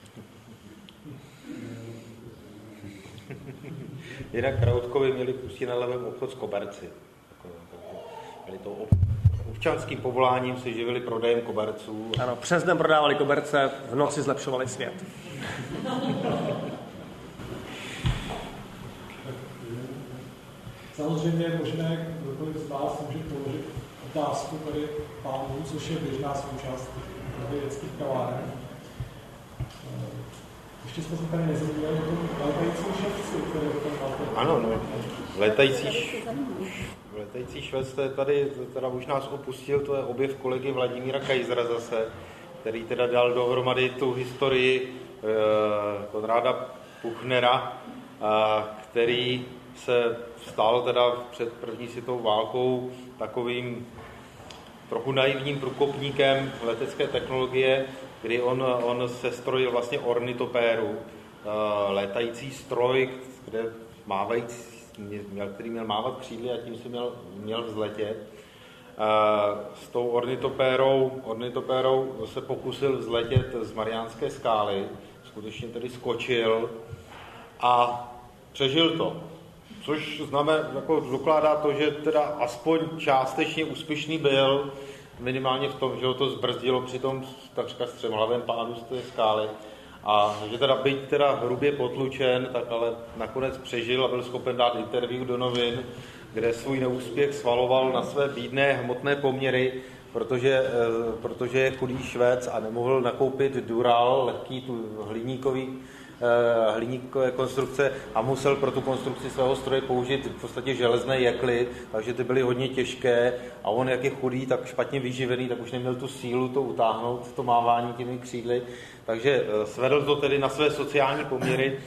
Jinak Rautkovi měli v Ústí nad Labem obchod s koberci. Byli to občanským povoláním, se živili prodejem koberců. Ano, přes den prodávali koberce, v noci zlepšovali svět. Samozřejmě je možné, kdokoliv z vás může položit otázku tady pánů, což je běžná součást vědeckých kaváren. Ještě jsme se tady nezmínili o tom létajícím švestci, který to tam máte. Ano, no, létající švec, to je tady, teda už nás opustil, to je objev kolegy Vladimíra Kajzera zase, který teda dal dohromady tu historii Konráda Puchnera, který se stal teda před první světovou válkou takovým trochu naivním průkopníkem letecké technologie, kdy on sestrojil vlastně ornitopéru, létající stroj, který měl mávat křídly a tím si měl vzletět. S tou ornitopérou se pokusil vzletět z Mariánské skály, skutečně tedy skočil a přežil to. Což jako dokládá to, že teda aspoň částečně úspěšný byl, minimálně v tom, že ho to zbrzdilo při tom takřka střemhlavém pádu z té skály. A že teda byť teda hrubě potlučen, tak ale nakonec přežil a byl schopen dát interview do novin, kde svůj neúspěch svaloval na své bídné hmotné poměry, protože je chudý Švéd a nemohl nakoupit Dural, lehký tu hliníkové konstrukce a musel pro tu konstrukci svého stroje použít v podstatě železné jekly, takže ty byly hodně těžké a on, jak je chudý, tak špatně vyživený, tak už neměl tu sílu to utáhnout, to mávání těmi křídly, takže svedl to tedy na své sociální poměry.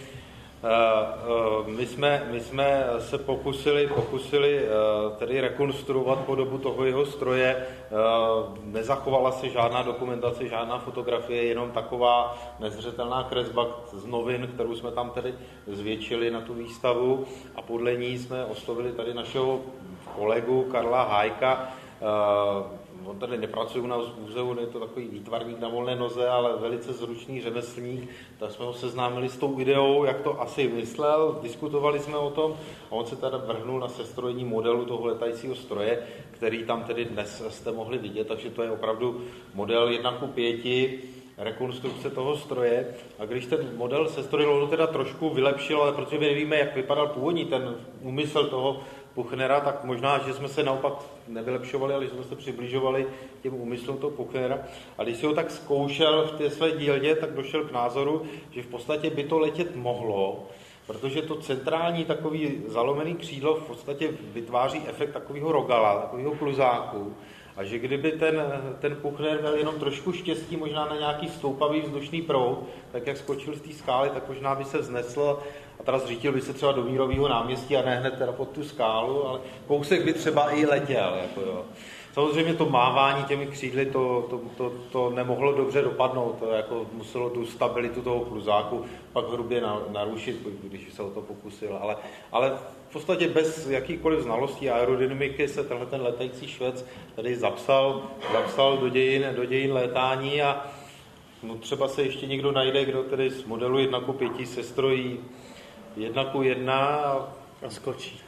My jsme se pokusili tedy rekonstruovat podobu toho jeho stroje. Nezachovala se žádná dokumentace, žádná fotografie, jenom taková nezřetelná kresba z novin, kterou jsme tam tedy zvětšili na tu výstavu a podle ní jsme oslovili tady našeho kolegu Karla Hájka. On tady nepracuje u nás v muzeu, je to takový výtvarník na volné noze, ale velice zručný řemeslník, tak jsme ho seznámili s tou ideou, jak to asi myslel, diskutovali jsme o tom a on se teda vrhnul na sestrojení modelu toho letajícího stroje, který tam tedy dnes jste mohli vidět, takže to je opravdu model 1:5, rekonstrukce toho stroje a když ten model sestrojil, on to teda trošku vylepšil, ale protože my nevíme, jak vypadal původní ten úmysl toho Puchnera, tak možná, že jsme se naopak nevylepšovali, ale že jsme se přibližovali těm úmyslům toho Puchnera. A když si ho tak zkoušel v té své dílně, tak došel k názoru, že v podstatě by to letět mohlo, protože to centrální takový zalomený křídlo v podstatě vytváří efekt takového rogala, takového kluzáku. A že kdyby ten Puchner měl jenom trošku štěstí, možná na nějaký stoupavý vzdušný proud, tak jak skočil z té skály, tak možná by se vznesl a teda zřítil by se třeba do Mírového náměstí a ne hned teda pod tu skálu, ale kousek by třeba i letěl. Jako jo. Samozřejmě to mávání těmi křídly to nemohlo dobře dopadnout, to jako muselo tu stabilitu toho kluzáku pak hrubě narušit, když se o to pokusil, ale v podstatě bez jakýchkoliv znalostí aerodynamiky se ten letající Švec tady zapsal do dějin létání a no, třeba se ještě někdo najde, kdo tedy z modelu 1:5 se strojí 1:1 a skočí.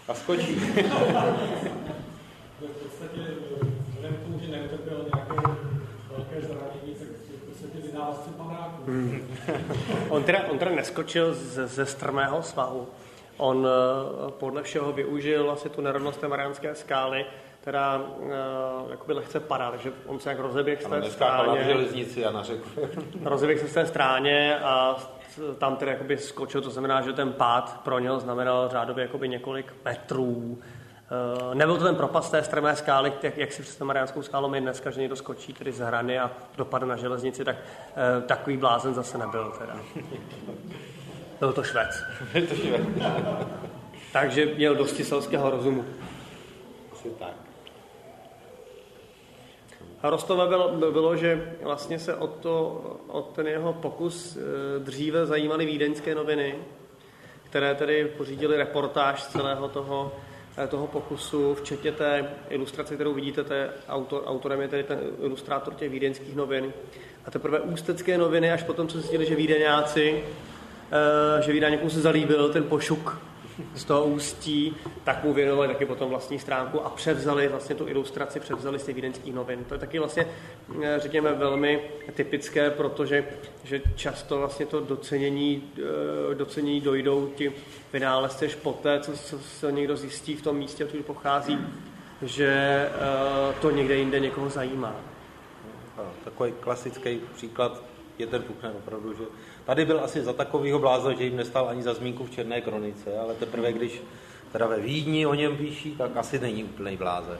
V podstatě, vzhledem k tomu, že neutrpěl nějaké velké zranění, tak v podstatě vynálezce panáku. On teda neskočil ze strmého svahu. On podle všeho využil vlastně tu nerovnost té Mariánské skály, která jakoby lehce padá, takže on se jak rozeběh z té stráně. Železnici a na řeku. Rozeběh se z té stráně a tam tedy jakoby skočil, to znamená, že ten pád pro něho znamenal řádově jakoby několik metrů. Nebyl to ten propast té strmé skály, jak si přes tu Mariánskou skálu my dneska, že někdo skočí tedy z hrany a dopadne na železnici, tak takový blázen zase nebyl teda. Byl to Švec. Takže měl dosti selského rozumu. Asi tak. Rostové bylo, že vlastně se o ten jeho pokus dříve zajímaly vídeňské noviny, které tedy pořídili reportáž z celého toho pokusu, včetně té ilustrace, kterou vidíte, autorem je tedy ten ilustrátor těch vídeňských novin. A teprve ústecké noviny, až potom, co zjistili, že Vídeňákům se zalíbil ten Pošuk z toho Ústí, tak mu věnovali taky potom vlastní stránku a převzali vlastně tu ilustraci, převzali z těch vídeňských novin. To je taky vlastně, řekněme, velmi typické, protože že často vlastně to docenění dojdou ti vynálezci až poté, co se někdo zjistí v tom místě, odkud pochází, že to někde jinde někoho zajímá. Takový klasický příklad je ten Puchner opravdu, že tady byl asi za takovýho blázna, že jim nestal ani za zmínku v Černé kronice, ale teprve, když teda ve Vídni o něm píší, tak asi není úplnej blázen.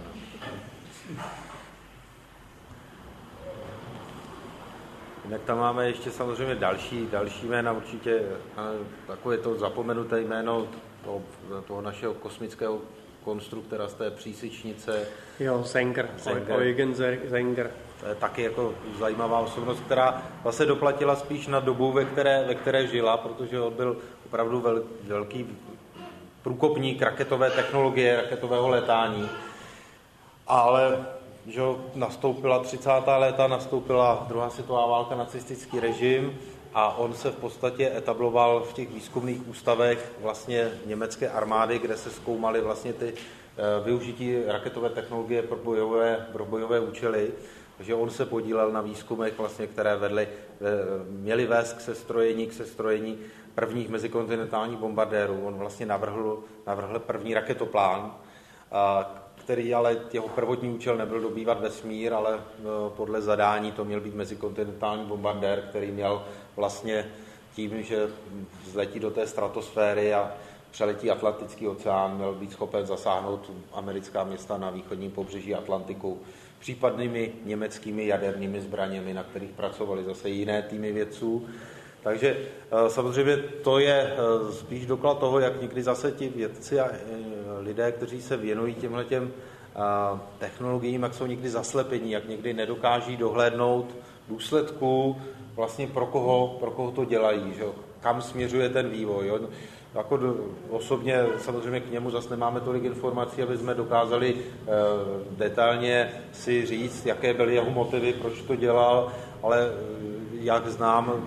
Jinak tam máme ještě samozřejmě další jména, určitě takové to zapomenuté jméno toho našeho kosmického konstruktora z té přísečnice. Jo, Zenger. Eugen Zenger. To je taky jako zajímavá osobnost, která vlastně doplatila spíš na dobu, ve které žila, protože on byl opravdu velký průkopník raketové technologie, raketového letání. Ale že nastoupila 30. léta, nastoupila druhá světová válka, nacistický režim a on se v podstatě etabloval v těch výzkumných ústavech vlastně německé armády, kde se zkoumaly vlastně ty využití raketové technologie pro bojové účely. Takže on se podílel na výzkumech, vlastně, které měly vést k sestrojení prvních mezikontinentálních bombardérů. On vlastně navrhl první raketoplán, který ale jeho prvotní účel nebyl dobývat vesmír, ale podle zadání to měl být mezikontinentální bombardér, který měl vlastně tím, že zletí do té stratosféry a přeletí Atlantický oceán, měl být schopen zasáhnout americká města na východním pobřeží Atlantiku případnými německými jadernými zbraněmi, na kterých pracovali zase jiné týmy vědců. Takže samozřejmě to je spíš doklad toho, jak někdy zase ti vědci a lidé, kteří se věnují těmhletěm technologiím, jak jsou někdy zaslepení, jak někdy nedokáží dohlédnout důsledků vlastně pro koho to dělají, že? Kam směřuje ten vývoj. Jako osobně samozřejmě k němu zase nemáme tolik informací, aby jsme dokázali detailně si říct, jaké byly jeho motivy, proč to dělal, ale jak znám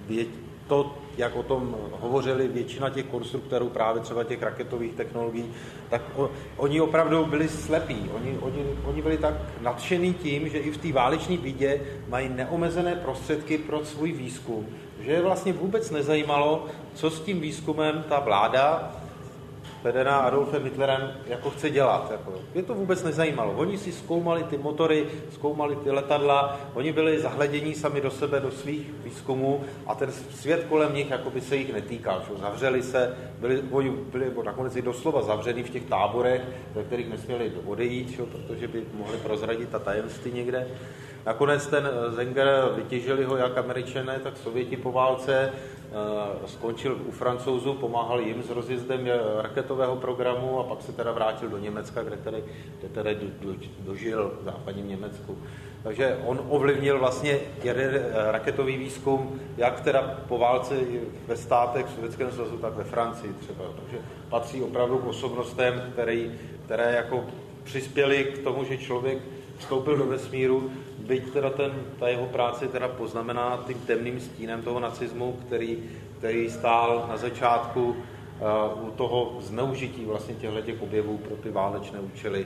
to, jak o tom hovořili většina těch konstruktorů právě třeba těch raketových technologií, tak oni opravdu byli slepí. Oni byli tak nadšení tím, že i v té váleční bídě mají neomezené prostředky pro svůj výzkum, že je vlastně vůbec nezajímalo, co s tím výzkumem ta vláda vedená Adolfem Hitlerem jako chce dělat. Je to vůbec nezajímalo. Oni si zkoumali ty motory, zkoumali ty letadla, oni byli zahledění sami do sebe, do svých výzkumů a ten svět kolem nich jakoby se jich netýkal. Zavřeli se, oni byli nakonec i doslova zavření v těch táborech, ve kterých nesměli odejít, protože by mohli prozradit ta tajemství někde. Nakonec ten Zenger vytěžili ho jak Američané, tak Sověti po válce, skončil u Francouzů, pomáhal jim s rozjezdem raketového programu a pak se teda vrátil do Německa, kde tedy dožil v západním Německu. Takže on ovlivnil vlastně raketový výzkum, jak teda po válce ve státech, v Sovětském svazu, tak ve Francii třeba. Takže patří opravdu k osobnostem, které jako přispěly k tomu, že člověk vstoupil do vesmíru, byť teda ta jeho práce teda poznamená tím temným stínem toho nacismu, který stál na začátku u toho zneužití vlastně těchto objevů pro ty válečné účely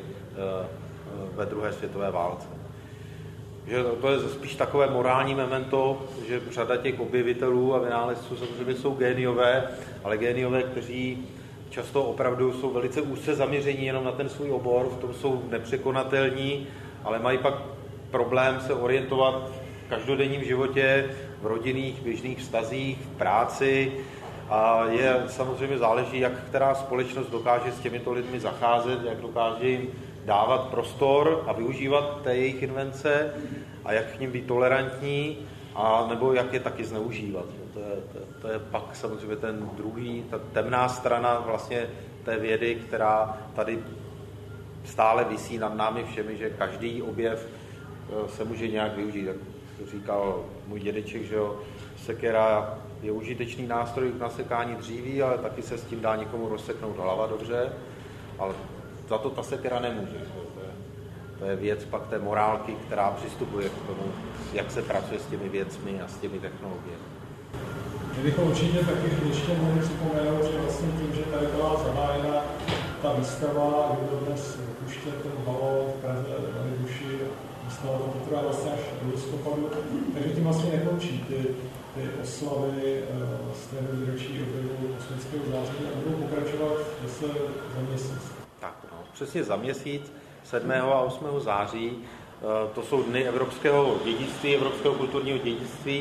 ve druhé světové válce. Že to je spíš takové morální memento, že řada těch objevitelů a vynálezců samozřejmě jsou géniové, ale géniové, kteří často opravdu jsou velice úzce zaměření jenom na ten svůj obor, v tom jsou nepřekonatelní, ale mají pak problém se orientovat v každodenním životě, v rodinných, běžných vztazích, v práci a samozřejmě záleží, jak která společnost dokáže s těmito lidmi zacházet, jak dokáže jim dávat prostor a využívat té jejich invence a jak k nim být tolerantní a nebo jak je taky zneužívat. To je pak samozřejmě ten druhý, ta temná strana vlastně té vědy, která tady stále visí nad námi všemi, že každý objev se může nějak využít. Jak říkal můj dědeček, že jo, sekera je užitečný nástroj k nasekání dříví, ale taky se s tím dá někomu rozseknout hlava dobře, ale za to ta sekera nemůže. To je věc pak té morálky, která přistupuje k tomu, jak se pracuje s těmi věcmi a s těmi technologiemi. My bychom určitě taky ještě mohli připomenout, že vlastně tím, že tady byla zahájena ta výstava, kdo dnes puštěl ten balón v Praze na Libuši, výstava to potrvá vlastně až do listopadu, takže tím vlastně nekončí ty oslavy z té výročí objevu kosmického záření a budou pokračovat zase za měsíc. Tak, no, přesně za měsíc, 7. a 8. září, to jsou dny evropského dědictví, evropského kulturního dědictví,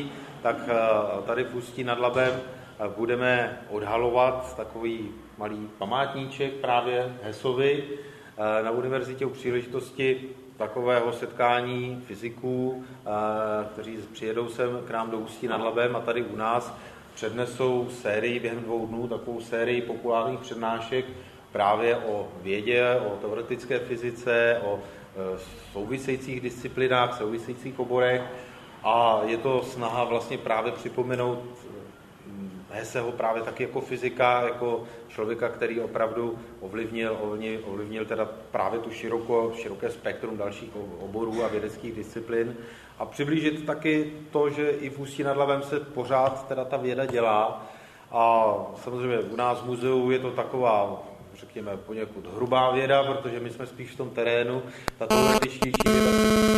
tak tady v Ústí nad Labem budeme odhalovat takový malý památníček právě Hessovi na univerzitě u příležitosti takového setkání fyziků, kteří přijedou sem k nám do Ústí nad Labem a tady u nás přednesou sérii během 2 dnů, takovou sérii populárních přednášek právě o vědě, o teoretické fyzice, o souvisejících disciplinách, souvisejících oborech a je to snaha vlastně právě připomenout Hesseho právě taky jako fyzika, jako člověka, který opravdu ovlivnil teda právě tu široké spektrum dalších oborů a vědeckých disciplín a přiblížit taky to, že i v Ústí nad Labem se pořád teda ta věda dělá a samozřejmě u nás v muzeu je to taková, řekněme, poněkud hrubá věda, protože my jsme spíš v tom terénu, ta teoretičtější věda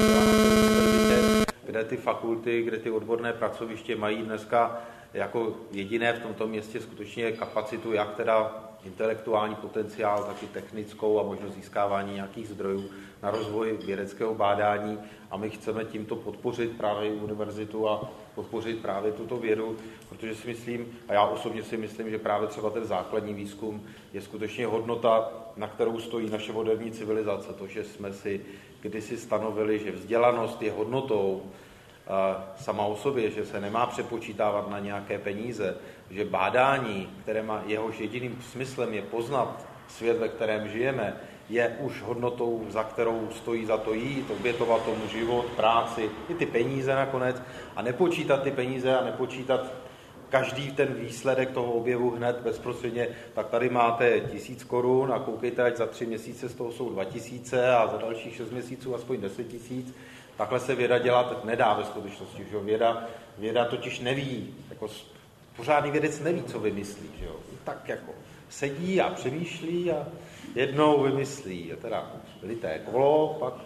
kde ty fakulty, kde ty odborné pracoviště mají dneska jako jediné v tomto městě skutečně kapacitu, jak teda intelektuální potenciál, tak i technickou a možnost získávání nějakých zdrojů na rozvoj vědeckého bádání a my chceme tímto podpořit právě univerzitu a podpořit právě tuto vědu, protože si myslím, a já osobně si myslím, že právě třeba ten základní výzkum je skutečně hodnota, na kterou stojí naše moderní civilizace. To, že jsme si kdysi stanovili, že vzdělanost je hodnotou sama o sobě, že se nemá přepočítávat na nějaké peníze, že bádání, které má jehož jediným smyslem je poznat svět, ve kterém žijeme, je už hodnotou, za kterou stojí za to jít, obětovat tomu život, práci, i ty peníze nakonec a nepočítat ty peníze a nepočítat každý ten výsledek toho objevu hned bezprostředně, tak tady máte 1000 korun a koukejte, ať za 3 měsíce z toho jsou 2000 a za dalších 6 měsíců aspoň 10 000. Takhle se věda dělat nedá ve skutečnosti. Že? Věda totiž neví, jako pořádný vědec neví, co vymyslí. Že? Tak jako sedí a přemýšlí a jednou vymyslí teda lité kolo, pak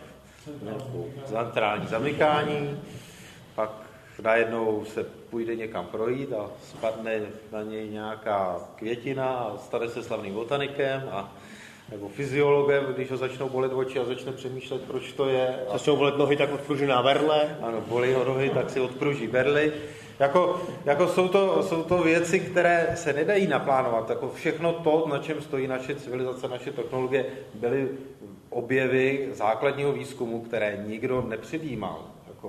centrální zamykání, pak najednou se půjde někam projít a spadne na něj nějaká květina a stane se slavným botanikem a nebo fyziologem, když ho začnou bolet oči a začne přemýšlet, proč to je. Začnou bolet nohy, tak odpružená berle. Ano, bolí ho nohy, tak si odpruží berly. Jako jsou to věci, které se nedají naplánovat. Jako všechno to, na čem stojí naše civilizace, naše technologie, byly objevy základního výzkumu, které nikdo nepředjímal.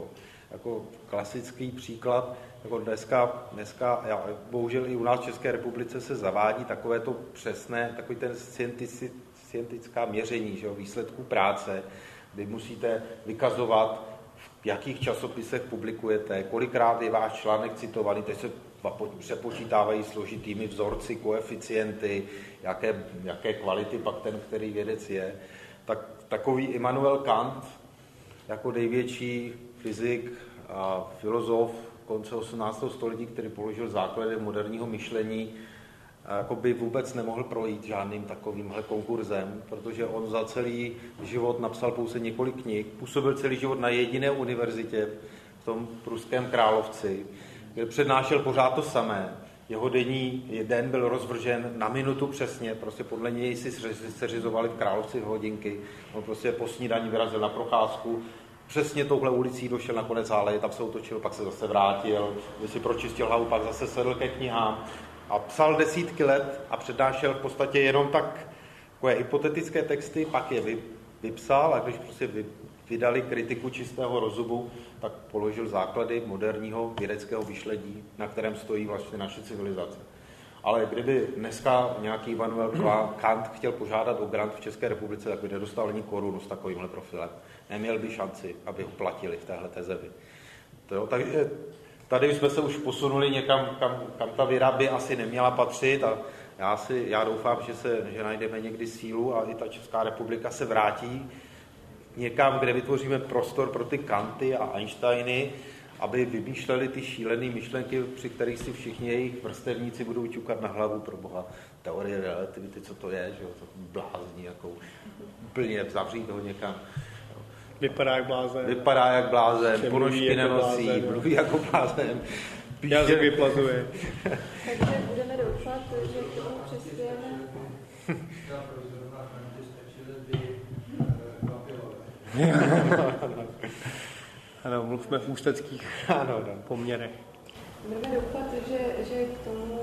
Jako klasický příklad, jako dneska bohužel i u nás v České republice se zavádí takové to přesné, takový ten scientická měření, že jo, výsledků práce, kdy musíte vykazovat, v jakých časopisech publikujete, kolikrát je váš článek citovaný, teď se přepočítávají složitými vzorci, koeficienty, jaké kvality pak ten, který vědec je. Tak takový Immanuel Kant, jako největší fyzik a filozof konce 18. století, který položil základy moderního myšlení, jako by vůbec nemohl projít žádným takovýmhle konkurzem, protože on za celý život napsal pouze několik knih, působil celý život na jediné univerzitě v tom pruském Královci, kde přednášel pořád to samé. Jeho denní den byl rozvržen na minutu přesně, prostě podle něj si seřizovali v Královci hodinky, on prostě po snídani vyrazil na procházku, přesně touhle ulicí došel na konec aleje, tam se otočil, pak se zase vrátil, když si pročistil hlavu, pak zase sedl ke knihám a psal desítky let a přednášel v podstatě jenom takové hypotetické texty, pak je vypsal a když prostě vydali kritiku čistého rozumu, tak položil základy moderního vědeckého myšlení, na kterém stojí vlastně naše civilizace. Ale kdyby dneska nějaký Immanuel Kant chtěl požádat o grant v České republice, tak by nedostal ani korunu s takovýmhle profilem. Neměl by šanci, aby ho platili v téhleté zemi. Takže tady jsme se už posunuli někam, kam ta věda by asi neměla patřit a já doufám, že najdeme někdy sílu a i ta Česká republika se vrátí někam, kde vytvoříme prostor pro ty Kanty a Einsteiny, aby vymýšleli ty šílené myšlenky, při kterých si všichni jejich vrstevníci budou ťukat na hlavu, pro boha, teorie relativity, co to je, že jo, to blázní, jako úplně zavřít toho někam. Vypadá jak blázen, ponožky nenosí, mluví jako blázen. Jazyk vyplazuje. Takže budeme doufat, že k tomu přispějeme. Ano, mluvme v ústeckých poměrech. Budeme doufat, že k tomu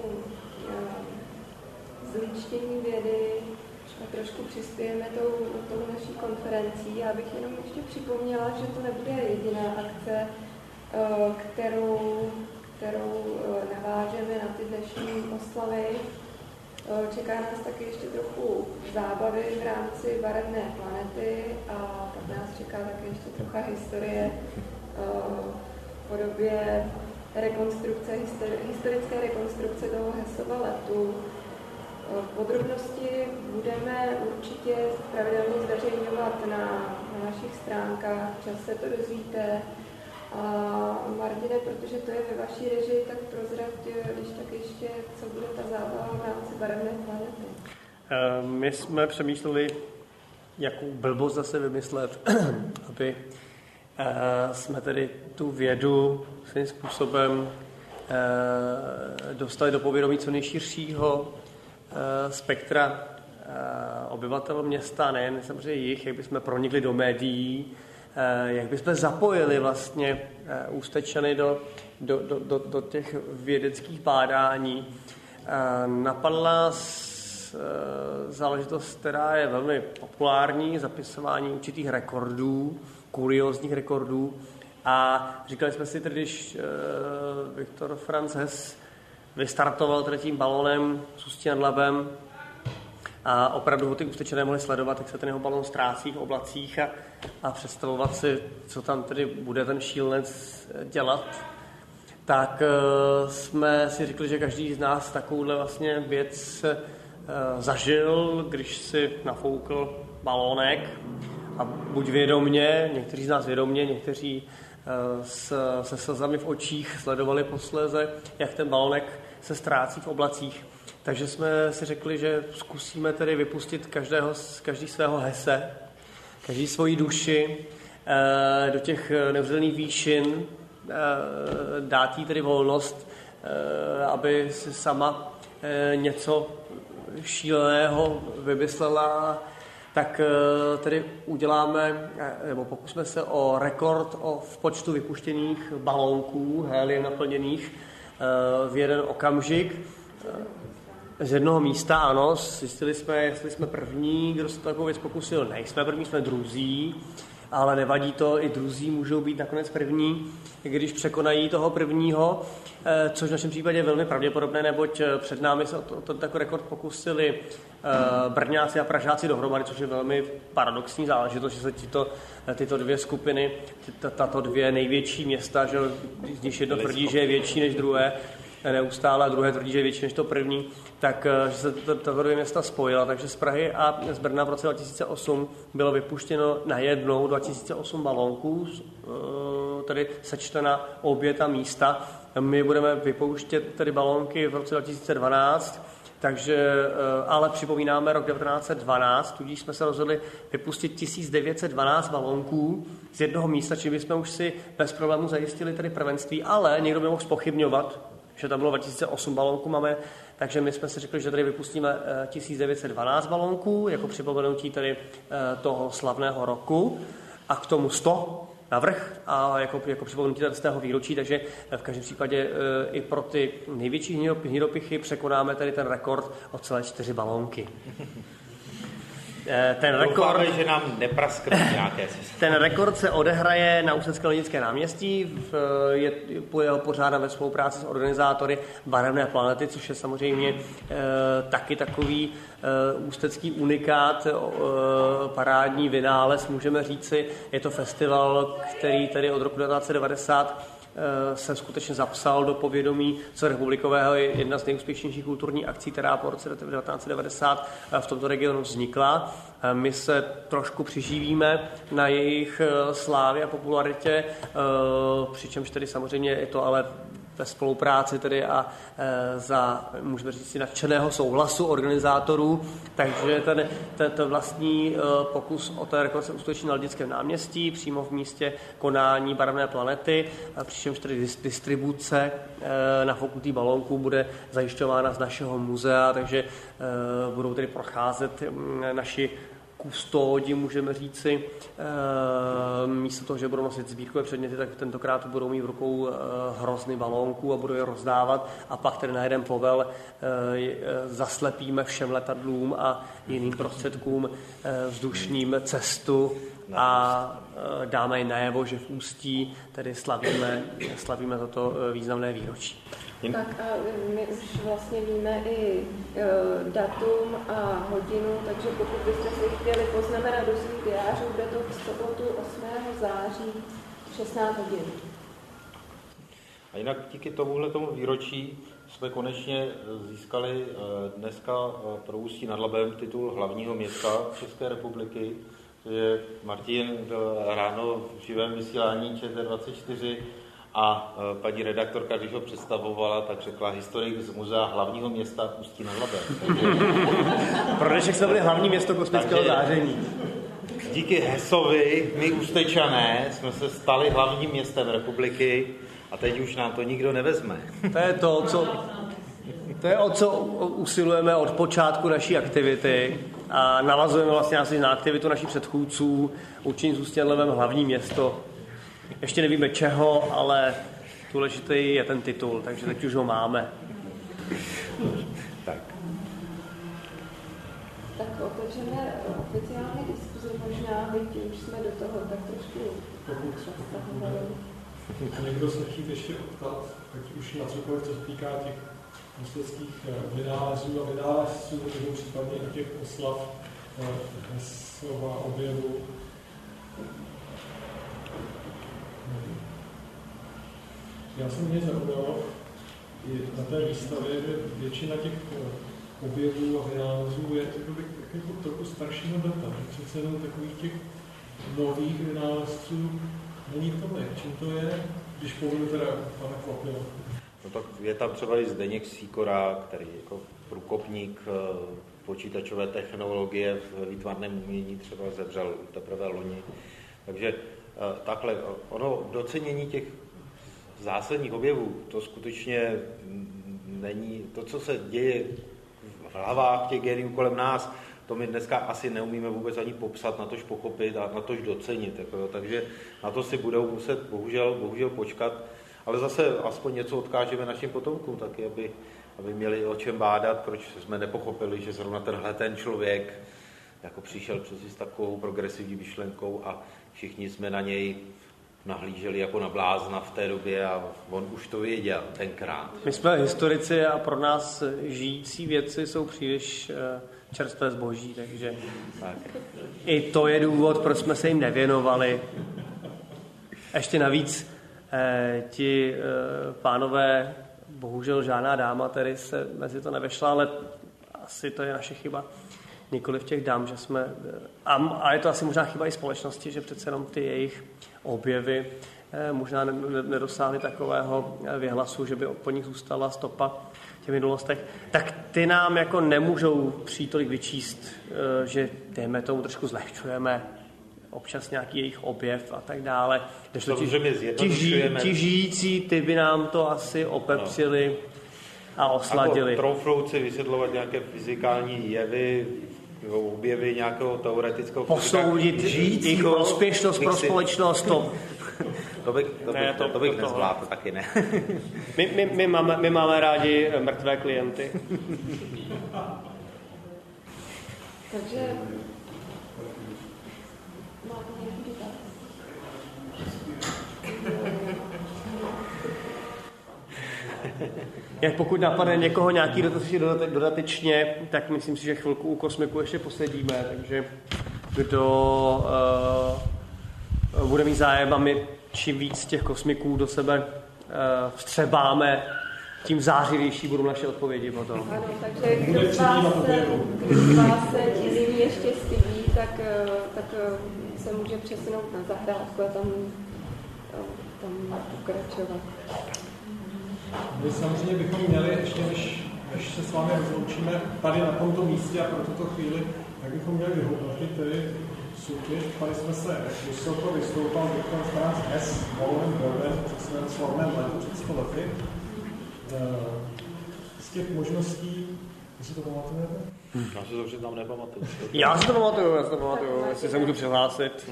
zličtění vědy trošku přispějeme tou naší konferencí. Já bych jenom ještě připomněla, že to nebude jediná akce, kterou navážeme na ty dnešní oslavy. Čeká nás taky ještě trochu zábavy v rámci barevné planety a pak nás čeká taky ještě trocha historie v podobě historické rekonstrukce toho Hessova letu. Podrobnosti budeme určitě pravidelně zveřejňovat na našich stránkách, čas se to dozvíte. A Martine, protože to je ve vaší režii, tak prozrať, když tak ještě, co bude ta zábava v rámci barevné planety. My jsme přemýšleli, jakou blbost zase vymyslet, aby jsme tedy tu vědu svým způsobem dostali do povědomí co nejširšího spektra obyvatel města, nejen samozřejmě jich, jak bychom pronikli v jak bychom zapojili vlastně Ústečany do těch vědeckých bádání. Napadla záležitost, která je velmi populární, zapisování určitých rekordů, kuriózních rekordů. A říkali jsme si tedy, když Viktor Franz Hess vystartoval tedy tím balónem s Ústí nad Labem a opravdu ho ty Ústečané mohli sledovat, jak se ten jeho balón ztrácí v oblacích a představovat si, co tam tedy bude ten šílenec dělat, tak jsme si řekli, že každý z nás takovouhle vlastně věc zažil, když si nafoukl balónek a buď vědomně, někteří z nás vědomně, někteří se slzami v očích sledovali posléze, jak ten balónek se ztrácí v oblacích. Takže jsme si řekli, že zkusíme tedy vypustit každý svého Hesse, každý svoji duši do těch neuvěřitelných výšin, dát jí tedy volnost, aby si sama něco šíleného vymyslela, tak tedy uděláme, nebo pokusíme se o rekord v počtu vypuštěných balónků, héliem naplněných v jeden okamžik. Z jednoho místa, ano, zjistili jsme, jestli jsme první, kdo se takovou věc pokusil. Nejsme první, jsme druzí, ale nevadí to, i druzí můžou být nakonec první, když překonají toho prvního, což v našem případě je velmi pravděpodobné, neboť před námi se o takový rekord pokusili Brňáci a Pražáci dohromady, což je velmi paradoxní záležitost, že se tyto dvě skupiny, tato dvě největší města, že když jedno tvrdí, že je větší než druhé, neustále a druhé tvrdí, že je větší než to první, tak že se tato dvě města spojila. Takže z Prahy a z Brna v roce 2008 bylo vypuštěno najednou 2008 balónků, tedy sečtena obě ta místa. My budeme vypouštět tedy balónky v roce 2012, takže, ale připomínáme rok 1912, tudíž jsme se rozhodli vypustit 1912 balónků z jednoho místa, čím bychom už si bez problémů zajistili tedy prvenství, ale někdo by mohl zpochybňovat, že tam bylo 2008 balónků máme, takže my jsme si řekli, že tady vypustíme 1912 balónků, jako připomenutí tady toho slavného roku a k tomu 100 navrch a jako připomenutí z tého výročí, takže v každém případě i pro ty největší hnidopichy překonáme tady ten rekord o celé 4 balónky. Doufáme, že nám nepraskne nějaké. Ten rekord se odehraje na Ústecké Lednické náměstí, je pořádán ve spolupráci s organizátory Barevné planety, což je samozřejmě taky takový ústecký unikát, parádní vynález, můžeme říci. Je to festival, který tady od roku 1990 se skutečně zapsal do povědomí celorepublikového, je jedna z nejúspěšnějších kulturních akcí, která po roce 1990 v tomto regionu vznikla. My se trošku přiživíme na jejich slávě a popularitě, přičemž tedy samozřejmě je to ale ve spolupráci tedy a za, můžeme říct si, nadšeného souhlasu organizátorů, takže ten vlastní pokus o ten rekord se uskuteční na Lednickém náměstí, přímo v místě konání Barevné planety, přičemž tedy distribuce nafouknutých balónků bude zajišťována z našeho muzea, takže budou tedy procházet naši kustódi, můžeme říci. Místo toho, že budou nosit sbírkové předměty, tak tentokrát budou mít v rukou hrozny balónků a budou je rozdávat a pak tedy na jeden povel zaslepíme všem letadlům a jiným prostředkům vzdušním cestu a dáme jim najevo, že v Ústí tedy slavíme toto významné výročí. Tak a my už vlastně víme i datum a hodinu, takže pokud byste si chtěli poznamenat do svých diářů, bude to v sobotu 8. září 16 hodin. A jinak díky tomu výročí jsme konečně získali dneska pro Ústí nad Labem titul hlavního města České republiky. Je Martin byl ráno v živém vysílání ČT24 a paní redaktorka, když ho představovala, tak řekla historik z muzea hlavního města Ústí nad Labem. Pro dnešek jsme byli hlavní město kosmického záření. Díky Hesovi, my Ústečané, jsme se stali hlavním městem republiky a teď už nám to nikdo nevezme. To je o co usilujeme od počátku naší aktivity a navazujeme vlastně asi na aktivitu našich předchůdců, učinit z Ústí nad Labem hlavní město. Ještě nevíme čeho, ale důležitý je ten titul, takže teď už ho máme. Tak otevřeme oficiální diskuzi možná, byť už jsme do toho tak trošku zasahovali. Někdo se chtít ještě optat, tak už na cokoliv, co se týká těch ústeckých vynálezů a vynálezců, nebo případně i těch oslav slova objevu. Já jsem mě zaujalo i na té výstavě, že většina těch objevů a vynálezů je jako trochu staršího data. Přece jenom takových těch nových vynálezců není tolik. Čím to je, když povím teda pana Kvapila? No tak je tam třeba i Zdeněk Sýkora, který jako průkopník počítačové technologie v výtvarném umění třeba zemřel teprve loni. Takže takhle, ono docenění těch zásadních objevů, to skutečně není, to, co se děje v hlavách těch géniů kolem nás, to my dneska asi neumíme vůbec ani popsat, natož pochopit a natož docenit. Takže na to si budou muset bohužel počkat, ale zase aspoň něco odkážeme našim potomkům, taky, aby měli o čem bádat, proč jsme nepochopili, že zrovna ten člověk jako přišel přes takovou progresivní myšlenkou a všichni jsme na něj nahlíželi jako na blázna v té době a on už to věděl tenkrát. My jsme historici a pro nás žijící věci jsou příliš čerstvé zboží, takže tak. I to je důvod, proč jsme se jim nevěnovali. Ještě navíc ti pánové, bohužel žádná dáma tedy se mezi to nevešla, ale asi to je naše chyba. Nikoli v těch dám, že jsme... A je to asi možná chyba i společnosti, že přece jenom ty jejich objevy možná nedosáhly takového věhlasu, že by po nich zůstala stopa v těch minulostech. Tak ty nám jako nemůžou přijít tolik vyčíst, že dejme tomu trošku zlehčujeme občas nějaký jejich objev a tak dále. Ti žijící, ty by nám to asi opepřili a osladili. Jako trouflout si vysvětlovat nějaké fyzikální jevy, objevy nějakého teoretického posoudit jejich prospěšnost pro společnost. To bych nezvládl, taky ne. My máme rádi mrtvé klienty. Takže máte nějaký dotaz? Jak pokud napadne někoho nějaký dodatečně, tak myslím si, že chvilku u kosmiku ještě posedíme, takže kdo bude mít zájem a my čím víc těch kosmiků do sebe vstřebáme, tím zářivější budou naše odpovědi potom. Ano, takže kdo z vás se nyní ještě stydí, tak se může přesunout na zahrádku a tam pokračovat. My samozřejmě bychom měli, ještě než se s vámi rozloučíme tady na tomto místě a pro tuto chvíli, tak bychom měli vyhodnotit tedy soutěž. Ptali jsme se, vysoko vystoupal Viktor Franz Hess, Volným Brodem, před svém slavném letu před 100 lety. Z těch možností, jestli to pamatujete? Já si to přiznám nepamatuju. Já si to pamatuju, jestli se můžu přihlásit.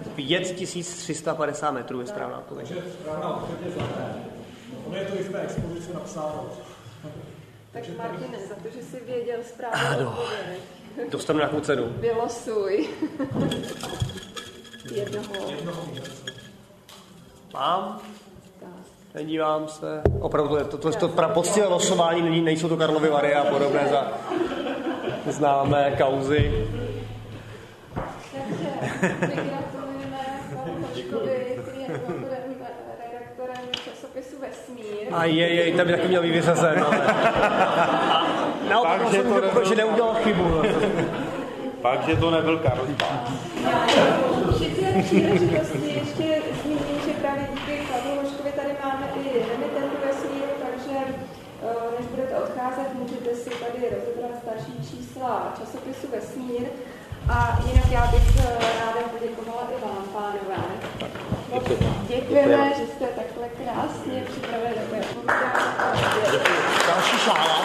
5350 metrů je správná odpověď. Takže správná odpověď je zlaté. Ono je to i v té expozici napsáno. Tak Martine, za to, že jsi věděl správnou odpověď. Dostanu nějakou cenu. Vylosuj. Jednoho. Mám. Nedívám se. Opravdu to poctivé losování, nejsou to Karlovy Vary a podobné za známé kauzy. Takže gratulujeme panu Hočkovi, který je redaktorem časopisu Vesmír. A tam by taky měl být vyřazen. Naopak, že neudělal chybu. Pak, že to nebyl Karl. Při té příležitosti ještě zmíním, že právě díky Pavlu Hočkovi tady máme i remitentu Vesmíru, takže než budete odcházet, můžete si tady rozebrat starší čísla časopisu Vesmír. A jinak já bych ráda poděkovala i vám, pánové. Děkujeme, že jste takhle krásně připravili takové povídání. Další šála.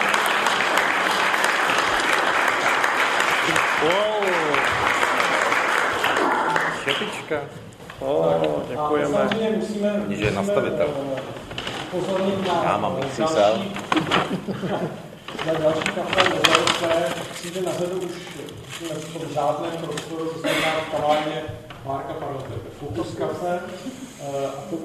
Wow. Šepička. Děkujeme. Samozřejmě musíme je nastavitel. Upozornit Já mám XXL. Na další kafe přijde na řadu už v tom řádném prostoru, to znamená v kavárně Marka Parlotte, Focus Cafe. A to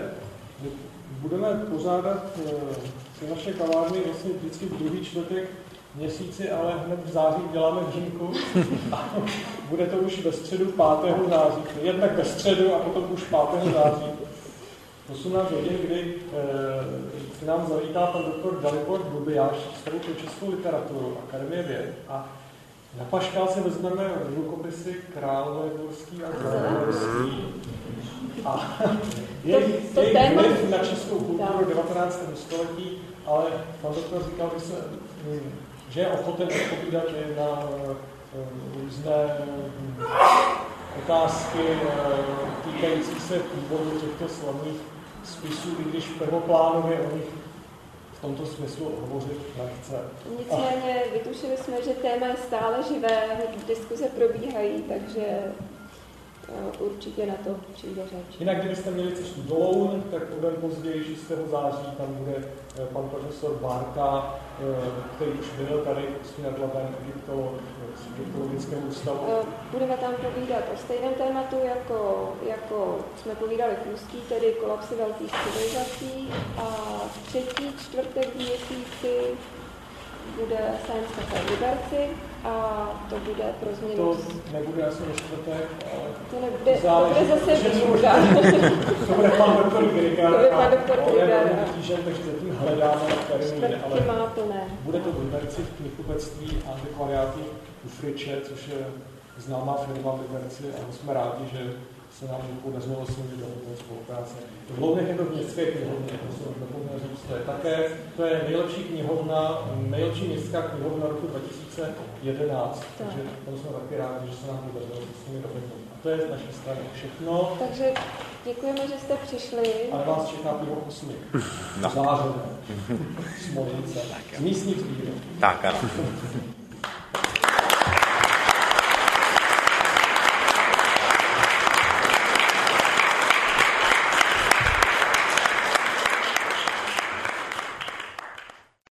budeme pořádat v naše kavárny vlastně vždycky druhý čtvrtek měsíci, ale hned v září děláme výjimku a bude to už ve středu 5. září. Jednak ve středu a potom už 5. září. 18 hodin, kdy se nám zavítá pan doktor Dalibor Dubijáš, starou pro českou literaturu, Akademie věd, a na paškál si vezmeme rukopisy Královévorský a Královévorský. A jejich vliv na českou kulturu 19. století, ale pan doktor říkal, že je ochoten odpovídat i na různé otázky týkající se původu těchto slavných spisů, i když prvoplánově o nich v tomto smyslu hovořit nechce. Nicméně vytušili jsme, že téma je stále živé, diskuze probíhají, takže určitě na to přijde řeč. Jinak, kdybyste měli cestu do Loun, tak o den později 6. září tam bude pan profesor Bárka, který už byl tady nad Labem Egyptologického ústavu. Budeme tam povídat o stejném tématu, jako jsme povídali v Ústí, tedy kolapsy velkých civilizací. A 3. čtvrtek v měsíci bude Science Cafe v Liberci a to bude pro změnu. To nebude asi ve čtvrtek, ale to bude zase výhoda. To bude pan doktor Grigar a on je velmi týžen, takže zatím hledáme termíny, ale má plné. Bude to v Liberci v knihkupectví antikvariátu u Friče, což je známá firma v Liberci, a jsme rádi, že se nám podařilo s nimi dohodnout spolupráce. V Lounech je to městské knihovně, to jsem zapomněl říct, to je nejlepší knihovna, nejlepší městská knihovna roku 2011, takže tam jsme taky rádi, že se nám podařilo s nimi dohodnout. A to je z naší strany všechno. Takže děkujeme, že jste přišli. A na vás čeká pivo Kosmik. Zářené. Smolnice. Z místních sbírek. Tak, ano.